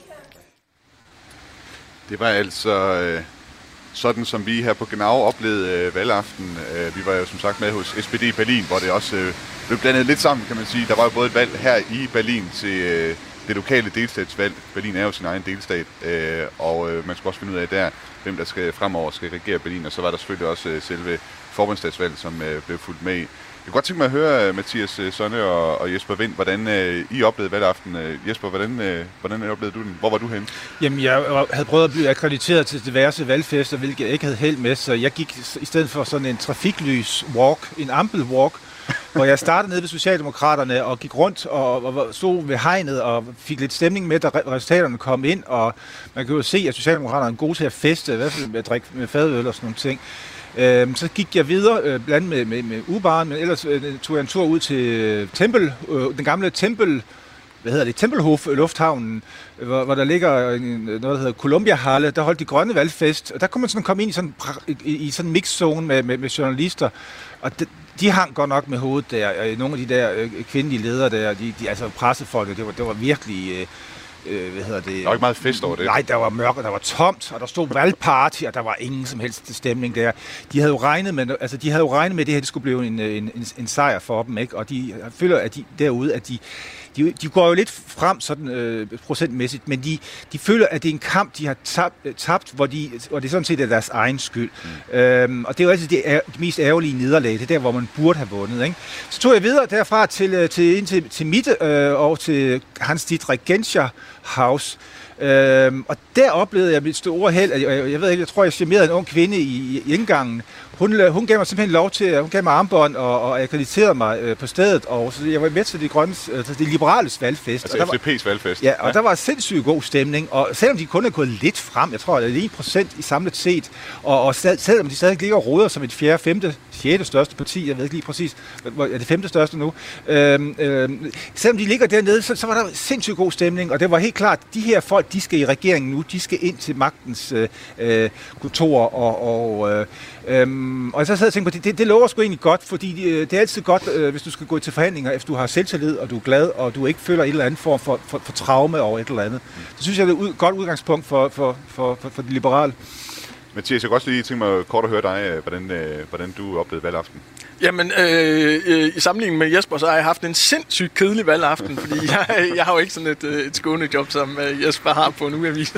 Speaker 4: Det var altså øh, sådan, som vi her på Genau oplevede øh, valgaften. Øh, vi var jo som sagt med hos S P D i Berlin, hvor det også øh, blev blandet lidt sammen, kan man sige. Der var jo både et valg her i Berlin til øh, det lokale delstatsvalg. Berlin er jo sin egen delstat, øh, og øh, man skal også finde ud af der, hvem der skal fremover skal regere Berlin. Og så var der selvfølgelig også øh, selve forbundsdagsvalget, som øh, blev fulgt med i. Jeg kunne godt tænke mig at høre, Mathias Sonne og, og Jesper Wind, hvordan øh, I oplevede valgaften. Jesper, hvordan, øh, hvordan oplevede du den? Hvor var du henne?
Speaker 6: Jamen, jeg havde prøvet at blive akkrediteret til diverse valgfester, hvilket jeg ikke havde held med, så jeg gik i stedet for sådan en trafiklys-walk, en ampel-walk, hvor jeg startede nede ved Socialdemokraterne og gik rundt og, og stod ved hegnet og fik lidt stemning med, da resultaterne kom ind, og man kan jo se, at Socialdemokraterne er gode til at feste, i hvert fald med at drikke med fadøl og sådan nogle ting. Øhm, så gik jeg videre, øh, blandt med, med, med U-Bahn, men ellers øh, tog jeg en tur ud til øh, Tempel, øh, den gamle Tempel, hvad hedder det, Tempelhof lufthavnen, hvor, hvor der ligger en, noget, der hedder Columbia Halle. Der holdt de grønne valgfest, og der kunne man sådan komme ind i sådan i, i sådan en mixzone med, med, med journalister, og de, de hang godt nok med hovedet der. Nogle af de der øh, kvindelige ledere der, de, de altså pressefolk, det var, det var virkelig... Øh, Øh, hvad hedder det?
Speaker 4: Der var ikke meget fest over det.
Speaker 6: Nej, der var mørkt, og der var tomt, og der stod valgparty, og der var ingen som helst stemning der. De havde jo regnet med, altså de havde jo regnet med, at det her det skulle blive en, en, en, en sejr for dem, ikke? Og de føler, at de derude, at de, de, de går jo lidt frem sådan øh, procentmæssigt, men de, de føler, at det er en kamp, de har tabt, tabt hvor, de, hvor det sådan set er deres egen skyld. Mm. Øhm, og det er jo altid det, det mest ærgerlige nederlag, det er der, hvor man burde have vundet, ikke? Så tog jeg videre derfra til, til, ind til, til Mitte øh, og til Hans-Dietrich Genscher House. Øhm, og der oplevede jeg mit store held, at jeg, jeg ved ikke, jeg tror, jeg charmerede en ung kvinde i, i indgangen. Hun, hun gav mig simpelthen lov til, hun gav mig armbånd og, og akkrediterede mig øh, på stedet, og så jeg var med til de grønne, altså det liberales valgfest.
Speaker 4: Altså F D P's valgfest.
Speaker 6: Ja, og ja. Der var sindssygt god stemning, og selvom de kun er gået lidt frem, jeg tror, det er en procent i samlet set, og, og selvom de stadig ligger og roder som et fjerde, femte, sjette største parti, jeg ved ikke lige præcis, er det femte største nu, øhm, øhm, selvom de ligger dernede, så, så var der sindssygt god stemning, og det var helt klart, at de her folk, de skal i regeringen nu, de skal ind til magtens øh, kontor, og, og øh, Øhm, og så sad jeg og tænkte på, det, det, det lover sgu egentlig godt, fordi øh, det er altid godt, øh, hvis du skal gå til forhandlinger, hvis du har selvtillid, og du er glad, og du ikke føler et eller andet form for, for, for traume over et eller andet. Så synes jeg, det er et ud, godt udgangspunkt for, for, for, for, for de liberale.
Speaker 4: Mathias, jeg kan også lige tænke mig kort at høre dig, hvordan, øh, hvordan du oplevede valgaften.
Speaker 7: Jamen, øh, øh, i sammenligning med Jesper, så har jeg haft en sindssygt kedelig valgaften, fordi jeg, jeg har jo ikke sådan et, et skånejob, som øh, Jesper har på en ugeavis.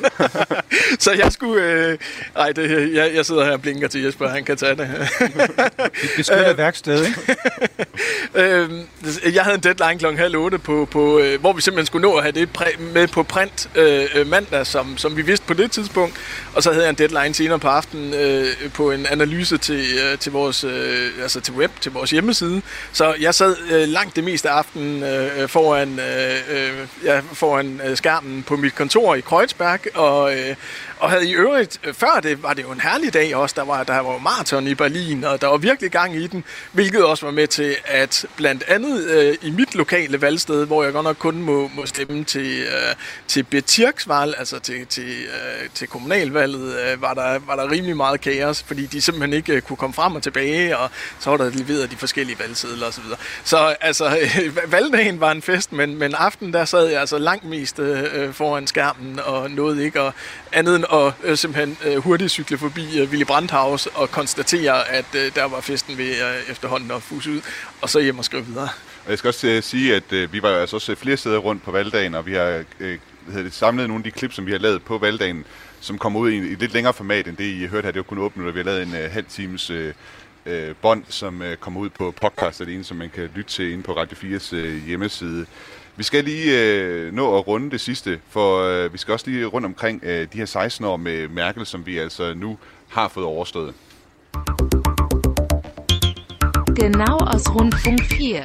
Speaker 7: Så jeg skulle... Øh, ej, det, jeg, jeg sidder her og blinker til Jesper, han kan tage det.
Speaker 6: Det skal være værksted, ikke?
Speaker 7: øh, jeg havde en deadline klokken halv otte, på, på, øh, hvor vi simpelthen skulle nå at have det præ- med på print øh, mandag, som, som vi vidste på det tidspunkt. Og så havde jeg en deadline senere på aftenen øh, på en analyse til, øh, til vores øh, altså til web, til vores hjemmeside. Så jeg sad øh, langt det meste af aftenen øh, foran, øh, ja, foran øh, skærmen på mit kontor i Kreuzberg, og, øh, og havde i øvrigt, øh, før det var det jo en herlig dag også, der var, der var jo maraton i Berlin, og der var virkelig gang i den, hvilket også var med til, at blandt andet øh, i mit lokale valgsted, hvor jeg godt nok kun må, må stemme til, øh, til Bezirkswahl, altså til, til, øh, til kommunalvalget, øh, var, der, var der rimelig meget kaos, fordi de simpelthen ikke øh, kunne komme frem og tilbage, og så var der leveret de forskellige valgsedler osv. Så, så altså, øh, valgdagen var en fest, men, men aften der sad jeg altså langt mest øh, foran skærmen og nåede ikke at, andet end at øh, simpelthen øh, hurtigt cykle forbi øh, Willy Brandt-Haus og konstatere, at øh, der var festen ved øh, efterhånden at fuse ud, og så hjem og skrive videre.
Speaker 4: Jeg skal også uh, sige, at uh, vi var altså også flere steder rundt på valgdagen, og vi har uh, det, samlet nogle af de klip, som vi har lavet på valgdagen, som kommer ud i, i et lidt længere format, end det I hørte her. Det var kun åbent, og vi har lavet en uh, halv times uh, uh, bånd, som uh, kommer ud på podcast alene, som man kan lytte til inde på Radio fires uh, hjemmeside. Vi skal lige uh, nå at runde det sidste, for uh, vi skal også lige rundt omkring uh, de her seksten år med Merkel, som vi altså nu har fået overstået.
Speaker 15: Genau aus Rundfunk fire.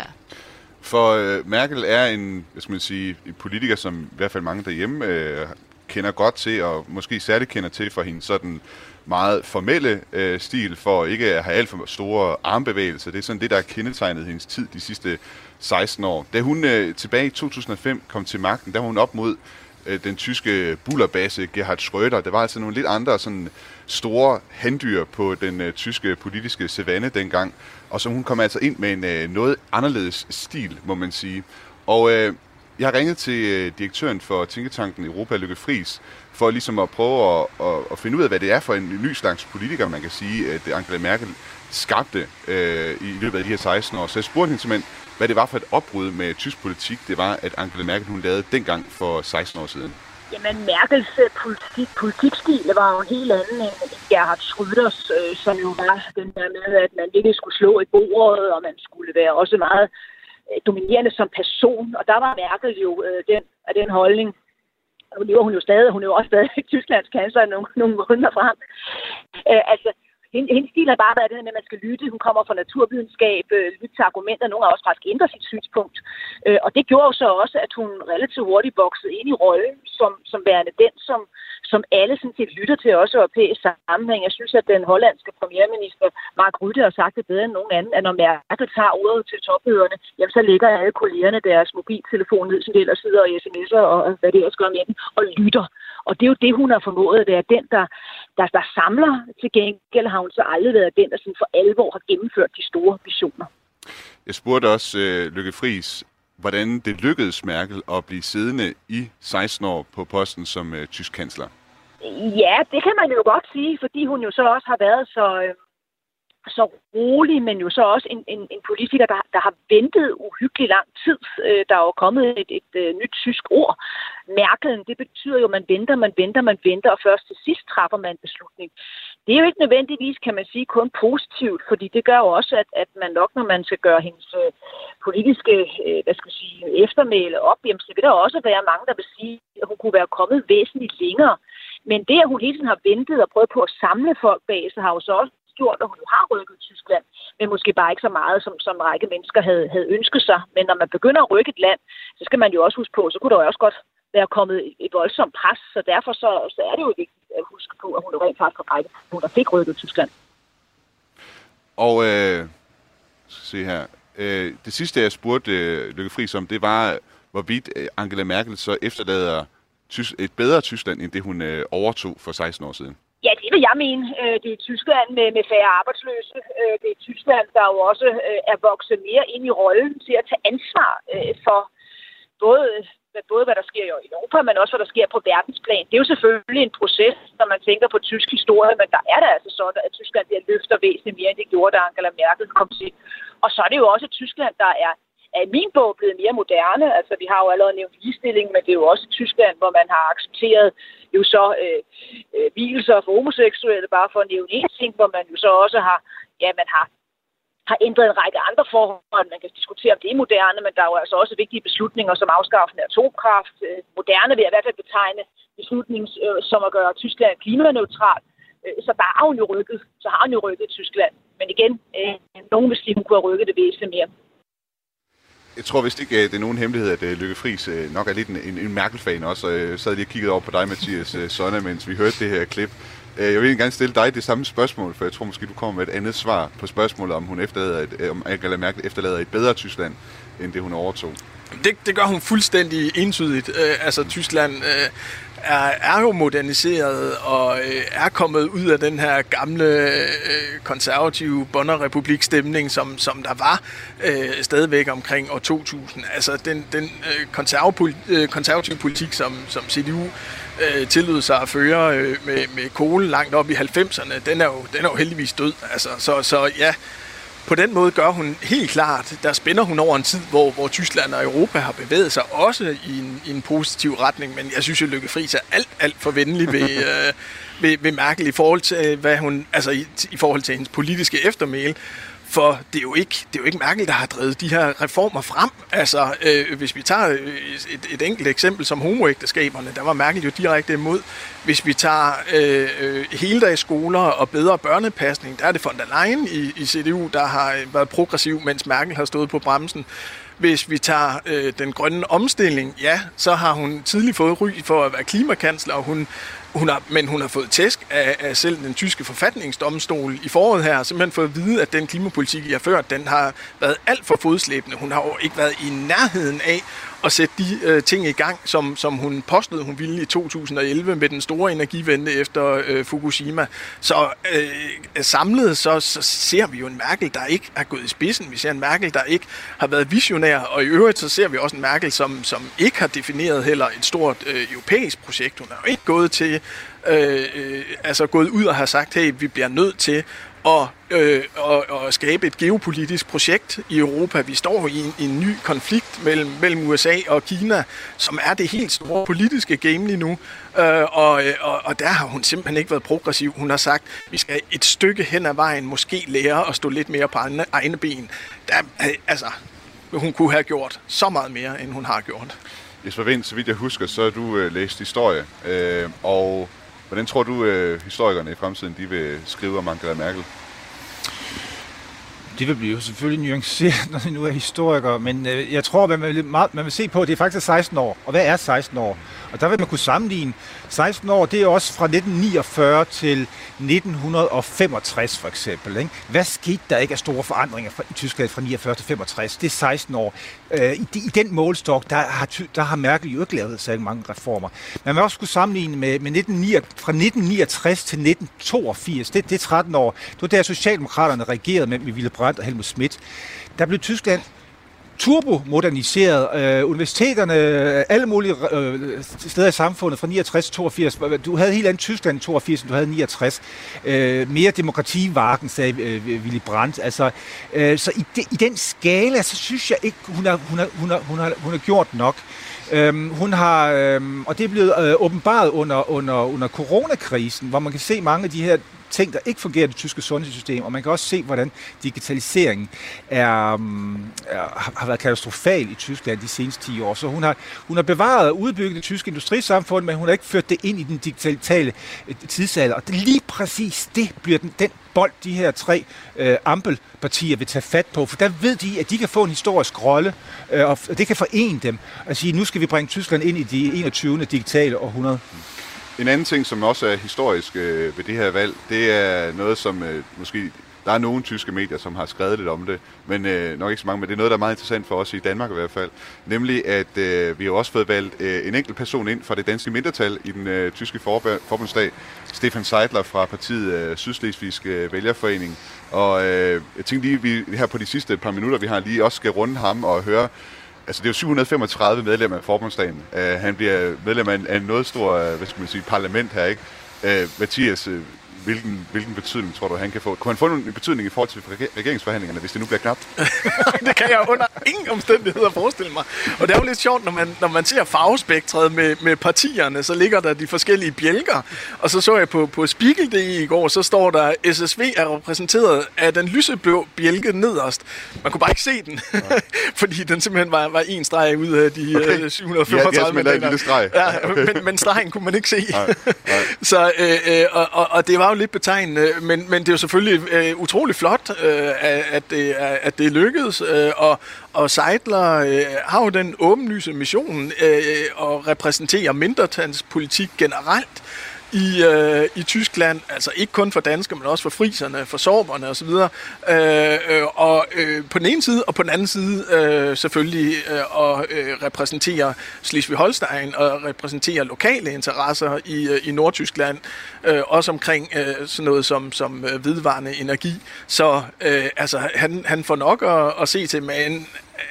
Speaker 4: For øh, Merkel er en, hvad skal man sige, en politiker, som i hvert fald mange derhjemme øh, kender godt til, og måske særligt kender til for hendes sådan meget formelle øh, stil, for ikke at have alt for store armbevægelser. Det er sådan det, der har kendetegnet hendes tid de sidste seksten år. Da hun øh, tilbage i to tusind og fem kom til magten, der var hun op mod øh, den tyske bullerbasse Gerhard Schröder. Der var altså nogle lidt andre sådan store handdyr på den øh, tyske politiske savanne dengang. Og så hun kom altså ind med en øh, noget anderledes stil, må man sige. Og øh, jeg har ringet til øh, direktøren for Tænketanken Europa, Lykke Friis, for ligesom at prøve at, at, at finde ud af, hvad det er for en ny slags politiker, man kan sige, at Angela Merkel skabte øh, i løbet af de her seksten år. Så jeg spurgte hende simpelthen, hvad det var for et opbrud med tysk politik, det var, at Angela Merkel hun lavede dengang for seksten år siden.
Speaker 16: Jamen, Merkels politik, politikstil var jo en helt anden end Gerhard Schröders, øh, som jo var den der med, at man ikke skulle slå i bordet, og man skulle være også meget øh, dominerende som person. Og der var Merkel jo øh, den, af den holdning. Nu lever hun jo stadig, hun er jo også stadig Tysklands kansler nogle, nogle måneder frem. Øh, altså, hendes stil har bare været det med, at man skal lytte. Hun kommer fra naturvidenskab, øh, lytte til argumenter. Nogle har også faktisk ændret sit synspunkt. Øh, og det gjorde jo så også, at hun relativt hurtigt voksede ind i rollen som, som værende den, som, som alle sådan set lytter til, også i europæisk sammenhæng. Jeg synes, at den hollandske premierminister Mark Rutte har sagt det bedre end nogen anden, at når Merkel tager ordet til toplederne, jamen så lægger alle kollegerne deres mobiltelefon ned, som det ellers sidder og sms'er og hvad det ellers gør med den, og lytter. Og det er jo det, hun har formået. Det er den, der, der, der samler. Til gengæld har hun så aldrig været den, der sådan for alvor har gennemført de store visioner.
Speaker 4: Jeg spurgte også uh, Lykke Friis, hvordan det lykkedes Merkel at blive siddende i seksten år på posten som uh, tysk kansler.
Speaker 16: Ja, det kan man jo godt sige, fordi hun jo så også har været så... Øh, så rolig, men jo så også en, en, en politiker, der, der har ventet uhyggelig lang tid. Der er jo kommet et, et, et nyt tysk ord. Merkelen, det betyder jo, at man venter, man venter, man venter, og først til sidst træffer man en beslutning. Det er jo ikke nødvendigvis, kan man sige, kun positivt, fordi det gør jo også, at, at man nok, når man skal gøre hendes øh, politiske øh, hvad skal jeg sige, eftermæle op, jamen, så vil der også være mange, der vil sige, at hun kunne være kommet væsentligt længere. Men det, at hun hele tiden har ventet og prøvet på at samle folk bag sig, har jo så også gjort, at hun jo har rykket Tyskland, men måske bare ikke så meget, som, som en række mennesker havde, havde ønsket sig. Men når man begynder at rykke et land, så skal man jo også huske på, så kunne der jo også godt være kommet et voldsomt pres, så derfor så, så er det jo vigtigt at huske på, at hun rent faktisk har række, hun der fik rykket Tyskland.
Speaker 4: Og øh, skal se her. Øh, det sidste, jeg spurgte øh, Lykke Friis om, det var, hvorvidt øh, Angela Merkel så efterlader tys- et bedre Tyskland, end det hun øh, overtog for seksten år siden.
Speaker 16: Ja, det vil jeg mene. Det er Tyskland med, med færre arbejdsløse. Det er Tyskland, der jo også er vokset mere ind i rollen til at tage ansvar for både, både hvad der sker i Europa, men også hvad der sker på verdensplan. Det er jo selvfølgelig en proces, når man tænker på tysk historie, men der er det altså sådan, at Tyskland der løfter væsentligt mere, end det gjorde, da Angela Merkel kom til. Og så er det jo også Tyskland, der er er i min bog blevet mere moderne. Altså, vi har jo allerede nævnt ligestilling, men det er jo også Tyskland, hvor man har accepteret jo så øh, øh, vielser for homoseksuelle, bare for at nævne en ting, hvor man jo så også har, ja, man har, har ændret en række andre forhold. Man kan diskutere, om det er moderne, men der er jo altså også vigtige beslutninger som afskaffelsen af atomkraft. Øh, moderne vil jeg i hvert fald betegne beslutninger øh, som at gøre Tyskland klimaneutral. Øh, så der har hun jo rykket, så har hun jo rykket Tyskland. Men igen, øh, nogen vil sige, at hun kunne have rykket det væsentligt mere.
Speaker 4: Jeg tror vist ikke, det er nogen hemmelighed, at Lykke Friis nok er lidt en, en, en Merkel-fan også. Jeg sad lige og kiggede over på dig, Mathias Sonne, mens vi hørte det her klip. Jeg vil gerne stille dig det samme spørgsmål, for jeg tror måske, du kommer med et andet svar på spørgsmålet, om hun efterlader et, om Angela Merkel efterlader et bedre Tyskland, end det hun overtog.
Speaker 7: Det, det gør hun fuldstændig entydigt. Øh, altså, Tyskland øh, er, er jo moderniseret og øh, er kommet ud af den her gamle øh, konservative bonderrepublik-stemning, som, som der var øh, stadigvæk omkring år to tusind. Altså den, den øh, konservative, øh, konservative politik, som, som C D U øh, tillod sig at føre øh, med, med Kohl langt op i halvfemserne, den er jo, den er jo heldigvis død. Altså, så, så ja, på den måde gør hun helt klart, der spænder hun over en tid, hvor, hvor Tyskland og Europa har bevæget sig også i en, i en positiv retning, men jeg synes jo, Lykke Friis er alt, alt for venlig ved, øh, ved, ved Merkel i forhold til, hvad hun, altså i, i forhold til hendes politiske eftermæle. For det er, jo ikke, det er jo ikke Merkel, der har drevet de her reformer frem. Altså, øh, hvis vi tager et, et enkelt eksempel som homoægteskaberne, der var Merkel jo direkte imod. Hvis vi tager øh, øh, heldagsskoler og bedre børnepasning, der er det von der Leyen i, i C D U, der har været progressiv, mens Merkel har stået på bremsen. Hvis vi tager øh, den grønne omstilling, ja, så har hun tidligt fået ry for at være klimakansler, og hun Hun har, men hun har fået tæsk af, af selv den tyske forfatningsdomstol i foråret her, simpelthen fået at vide, at den klimapolitik, I har ført, den har været alt for fodslæbende. Hun har jo ikke været i nærheden af at sætte de øh, ting i gang, som, som hun påstod, hun ville i to tusind og elleve med den store energivende efter øh, Fukushima. Så øh, samlet så, så ser vi jo en Merkel, der ikke er gået i spidsen. Vi ser en Merkel, der ikke har været visionær, og i øvrigt så ser vi også en Merkel, som, som ikke har defineret heller et stort øh, europæisk projekt. Hun har jo ikke gået til Øh, øh, altså gået ud og har sagt, hey, vi bliver nødt til at, øh, at, at skabe et geopolitisk projekt i Europa. Vi står i en, i en ny konflikt mellem, mellem U S A og Kina, som er det helt store politiske game lige nu. Øh, og, og, og der har hun simpelthen ikke været progressiv. Hun har sagt, vi skal et stykke hen ad vejen måske lære at stå lidt mere på egne, egne ben. Der, altså, hun kunne have gjort så meget mere, end hun har gjort.
Speaker 4: Jesper Wind, så vidt jeg husker, så har du øh, læst historie, øh, og hvordan tror du, øh, historikerne i fremtiden de vil skrive om Angela Merkel?
Speaker 6: Det vil blive jo selvfølgelig nuanceret, når det nu er historikere, men øh, jeg tror, man vil, meget, man vil se på, at det er faktisk seksten år. Og hvad er seksten år? Og der vil man kunne sammenligne seksten år, det er også fra nitten niogfyrre til nitten femogtres for eksempel. Ikke? Hvad skete der ikke af store forandringer i Tyskland fra niogfyrre til femogtres? Det er seksten år. Øh, i, I den målestok, der har, der har Merkel jo ikke lavet særlig mange reformer. Man vil også kunne sammenligne med, med nitten, fra nitten niogtres til nitten toogfirs. Det, det er tretten år. Det var der Socialdemokraterne regerede med, med Willy Brandt og Helmut Schmidt. Der blev Tyskland turbomoderniseret. Øh, universiteterne, alle mulige øh, steder i samfundet fra niogtres til toogfirs. Du havde helt andet Tyskland i toogfirs, end du havde i niogtres. Øh, mere demokrativarken, sagde øh, Willy Brandt. Altså, øh, så i, de, i den skala, så synes jeg ikke, hun har, hun har, hun har, hun har, hun har gjort nok. Øhm, hun har, øhm, og det er blevet øh, åbenbaret under, under, under coronakrisen, hvor man kan se mange af de her ting, der ikke fungerer i det tyske sundhedssystem, og man kan også se, hvordan digitaliseringen er, er, har været katastrofal i Tyskland de seneste ti år. Så hun har, hun har bevaret og udbygget det tyske industrisamfund, men hun har ikke ført det ind i den digitale tidsalder. Og det lige præcis det bliver den, den bold, de her tre øh, ampelpartier vil tage fat på, for der ved de, at de kan få en historisk rolle, øh, og det kan forene dem, og sige, nu skal vi bringe Tyskland ind i det enogtyvende digitale århundrede.
Speaker 4: En anden ting, som også er historisk øh, ved det her valg, det er noget, som øh, måske... Der er nogle tyske medier, som har skrevet lidt om det, men øh, nok ikke så mange, men det er noget, der er meget interessant for os i Danmark i hvert fald. Nemlig, at øh, vi har også fået valgt øh, en enkelt person ind fra det danske mindretal i den øh, tyske forb- forbundsdag, Stefan Seidler fra partiet øh, Sydslesvigske øh, Vælgerforening. Og øh, jeg tænkte lige, vi her på de sidste par minutter, vi har lige også skal runde ham og høre. Altså, det er jo syv hundrede femogtredive medlemmer af forbundsdagen. Uh, han bliver medlem af en, af en noget stor, uh, hvad skal man sige, parlament her, ikke? Uh, Mathias, uh, hvilken, hvilken betydning tror du, han kan få? Kunne han få en betydning i forhold til regeringsforhandlingerne, hvis det nu bliver knapt?
Speaker 7: Det kan jeg under ingen omstændigheder forestille mig. Og det er jo lidt sjovt, når man, når man ser farvespektret med, med partierne, så ligger der de forskellige bjælker. Og så så jeg på, på Spiegel punktum d e i går, så står der, S S V er repræsenteret af den lyseblå bjælke nederst. Man kunne bare ikke se den, ja. Fordi den simpelthen var, var en streg ud af de okay. syv hundrede femogtredive.
Speaker 4: Ja, jeg en lille streg.
Speaker 7: Ja, okay. men, men stregen kunne man ikke se. Nej, nej. Så, øh, og, og, og det var jo lidt betegnende, men, men det er jo selvfølgelig øh, utrolig flot, øh, at, det er, at det er lykkedes, øh, og, og Seidler øh, har jo den åbenlyse mission øh, at repræsentere mindretalspolitik generelt i, øh, i Tyskland, altså ikke kun for danskere, men også for friserne, for sorberne osv. Øh, øh, og øh, på den ene side, og på den anden side øh, selvfølgelig øh, at øh, repræsentere Slesvig-Holstein og repræsentere lokale interesser i, øh, i Nordtyskland, øh, også omkring øh, sådan noget som, som øh, vedvarende energi. Så øh, altså, han, han får nok at, at se til, men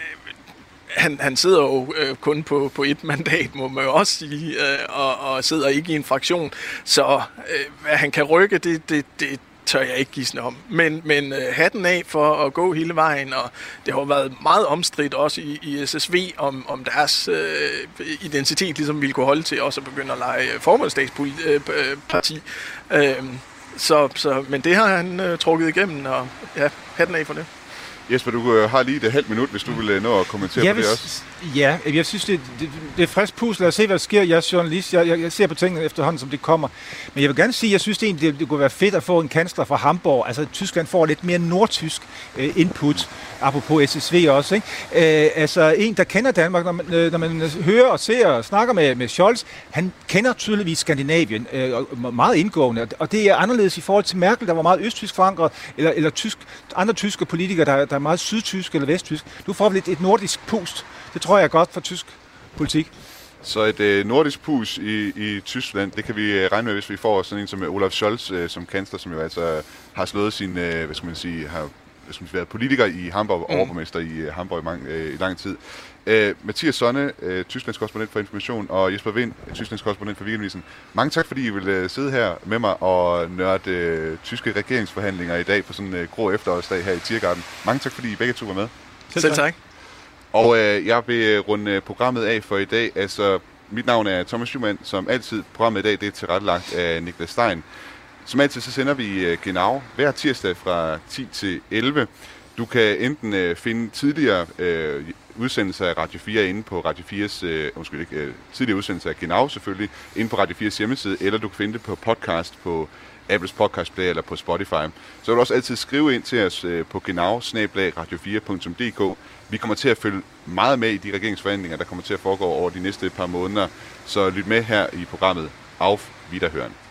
Speaker 7: Han, han sidder jo øh, kun på, på et mandat, må man jo også sige, øh, og, og sidder ikke i en fraktion. Så øh, hvad han kan rykke, det, det, det tør jeg ikke gisne om. Men, men øh, hatten af for at gå hele vejen, og det har været meget omstridt også i, i S S V, om, om deres øh, identitet ligesom ville kunne holde til også at begynde at lege formandsdagsparti. Øh, øh, så, så, men det har han øh, trukket igennem, og ja, hatten af for det.
Speaker 4: Jesper, du har lige et halvt minut, hvis du vil nå at kommentere
Speaker 6: jeg
Speaker 4: på det
Speaker 6: vil,
Speaker 4: også.
Speaker 6: Ja, jeg synes, det, det, det er frisk pus. Lad os se, hvad der sker. Jeg er journalist. Jeg, jeg, jeg ser på tingene efterhånden, som det kommer. Men jeg vil gerne sige, at jeg synes, det, det, det kunne være fedt at få en kansler fra Hamburg. Altså, Tyskland får lidt mere nordtysk øh, input, apropos S S V også. Ikke? Øh, altså, en, der kender Danmark, når man, øh, når man hører og ser og snakker med, med Scholz, han kender tydeligvis Skandinavien øh, meget indgående. Og det er anderledes i forhold til Merkel, der var meget østtysk forankret, eller, eller tysk, andre tyske politikere, der, der er meget sydtysk eller vesttysk. Nu får vi lidt et nordisk pust. Det tror jeg er godt for tysk politik.
Speaker 4: Så et øh, nordisk pus i, i Tyskland, det kan vi øh, regne med, hvis vi får sådan en som Olaf Scholz øh, som kansler, som jo altså har slået sin, øh, hvad skal man sige, har hvad skal man sige, været politiker i Hamburg, mm. overborgmester i øh, Hamburg i, mange, øh, i lang tid. Øh, Mathias Sonne, øh, Tysklands korrespondent for Information, og Jesper Wind, Tysklands korrespondent for Weekendavisen. Mange tak, fordi I vil øh, sidde her med mig og nørde øh, tyske regeringsforhandlinger i dag på sådan en øh, grå efterårsdag her i Tiergarten. Mange tak, fordi I begge to var med.
Speaker 7: Selv, Selv tak.
Speaker 4: Og øh, jeg vil runde programmet af for i dag. Altså, mit navn er Thomas Schumann. Som altid, programmet i dag det er tilrettelagt af Niklas Stein. Som altid, så sender vi øh, Genau hver tirsdag fra ti til elleve. Du kan enten øh, finde tidligere øh, udsendelser af Radio fire inde på Radio fires, øh, undskyld ikke, øh, tidligere udsendelser af Genau selvfølgelig, inde på Radio fires hjemmeside, eller du kan finde det på podcast på Apples podcast player eller på Spotify. Så vil du også altid skrive ind til os øh, på genau snabel-a radio fire punktum d k. Vi kommer til at følge meget med i de regeringsforhandlinger, der kommer til at foregå over de næste par måneder. Så lyt med her i programmet Auf Wiederhören.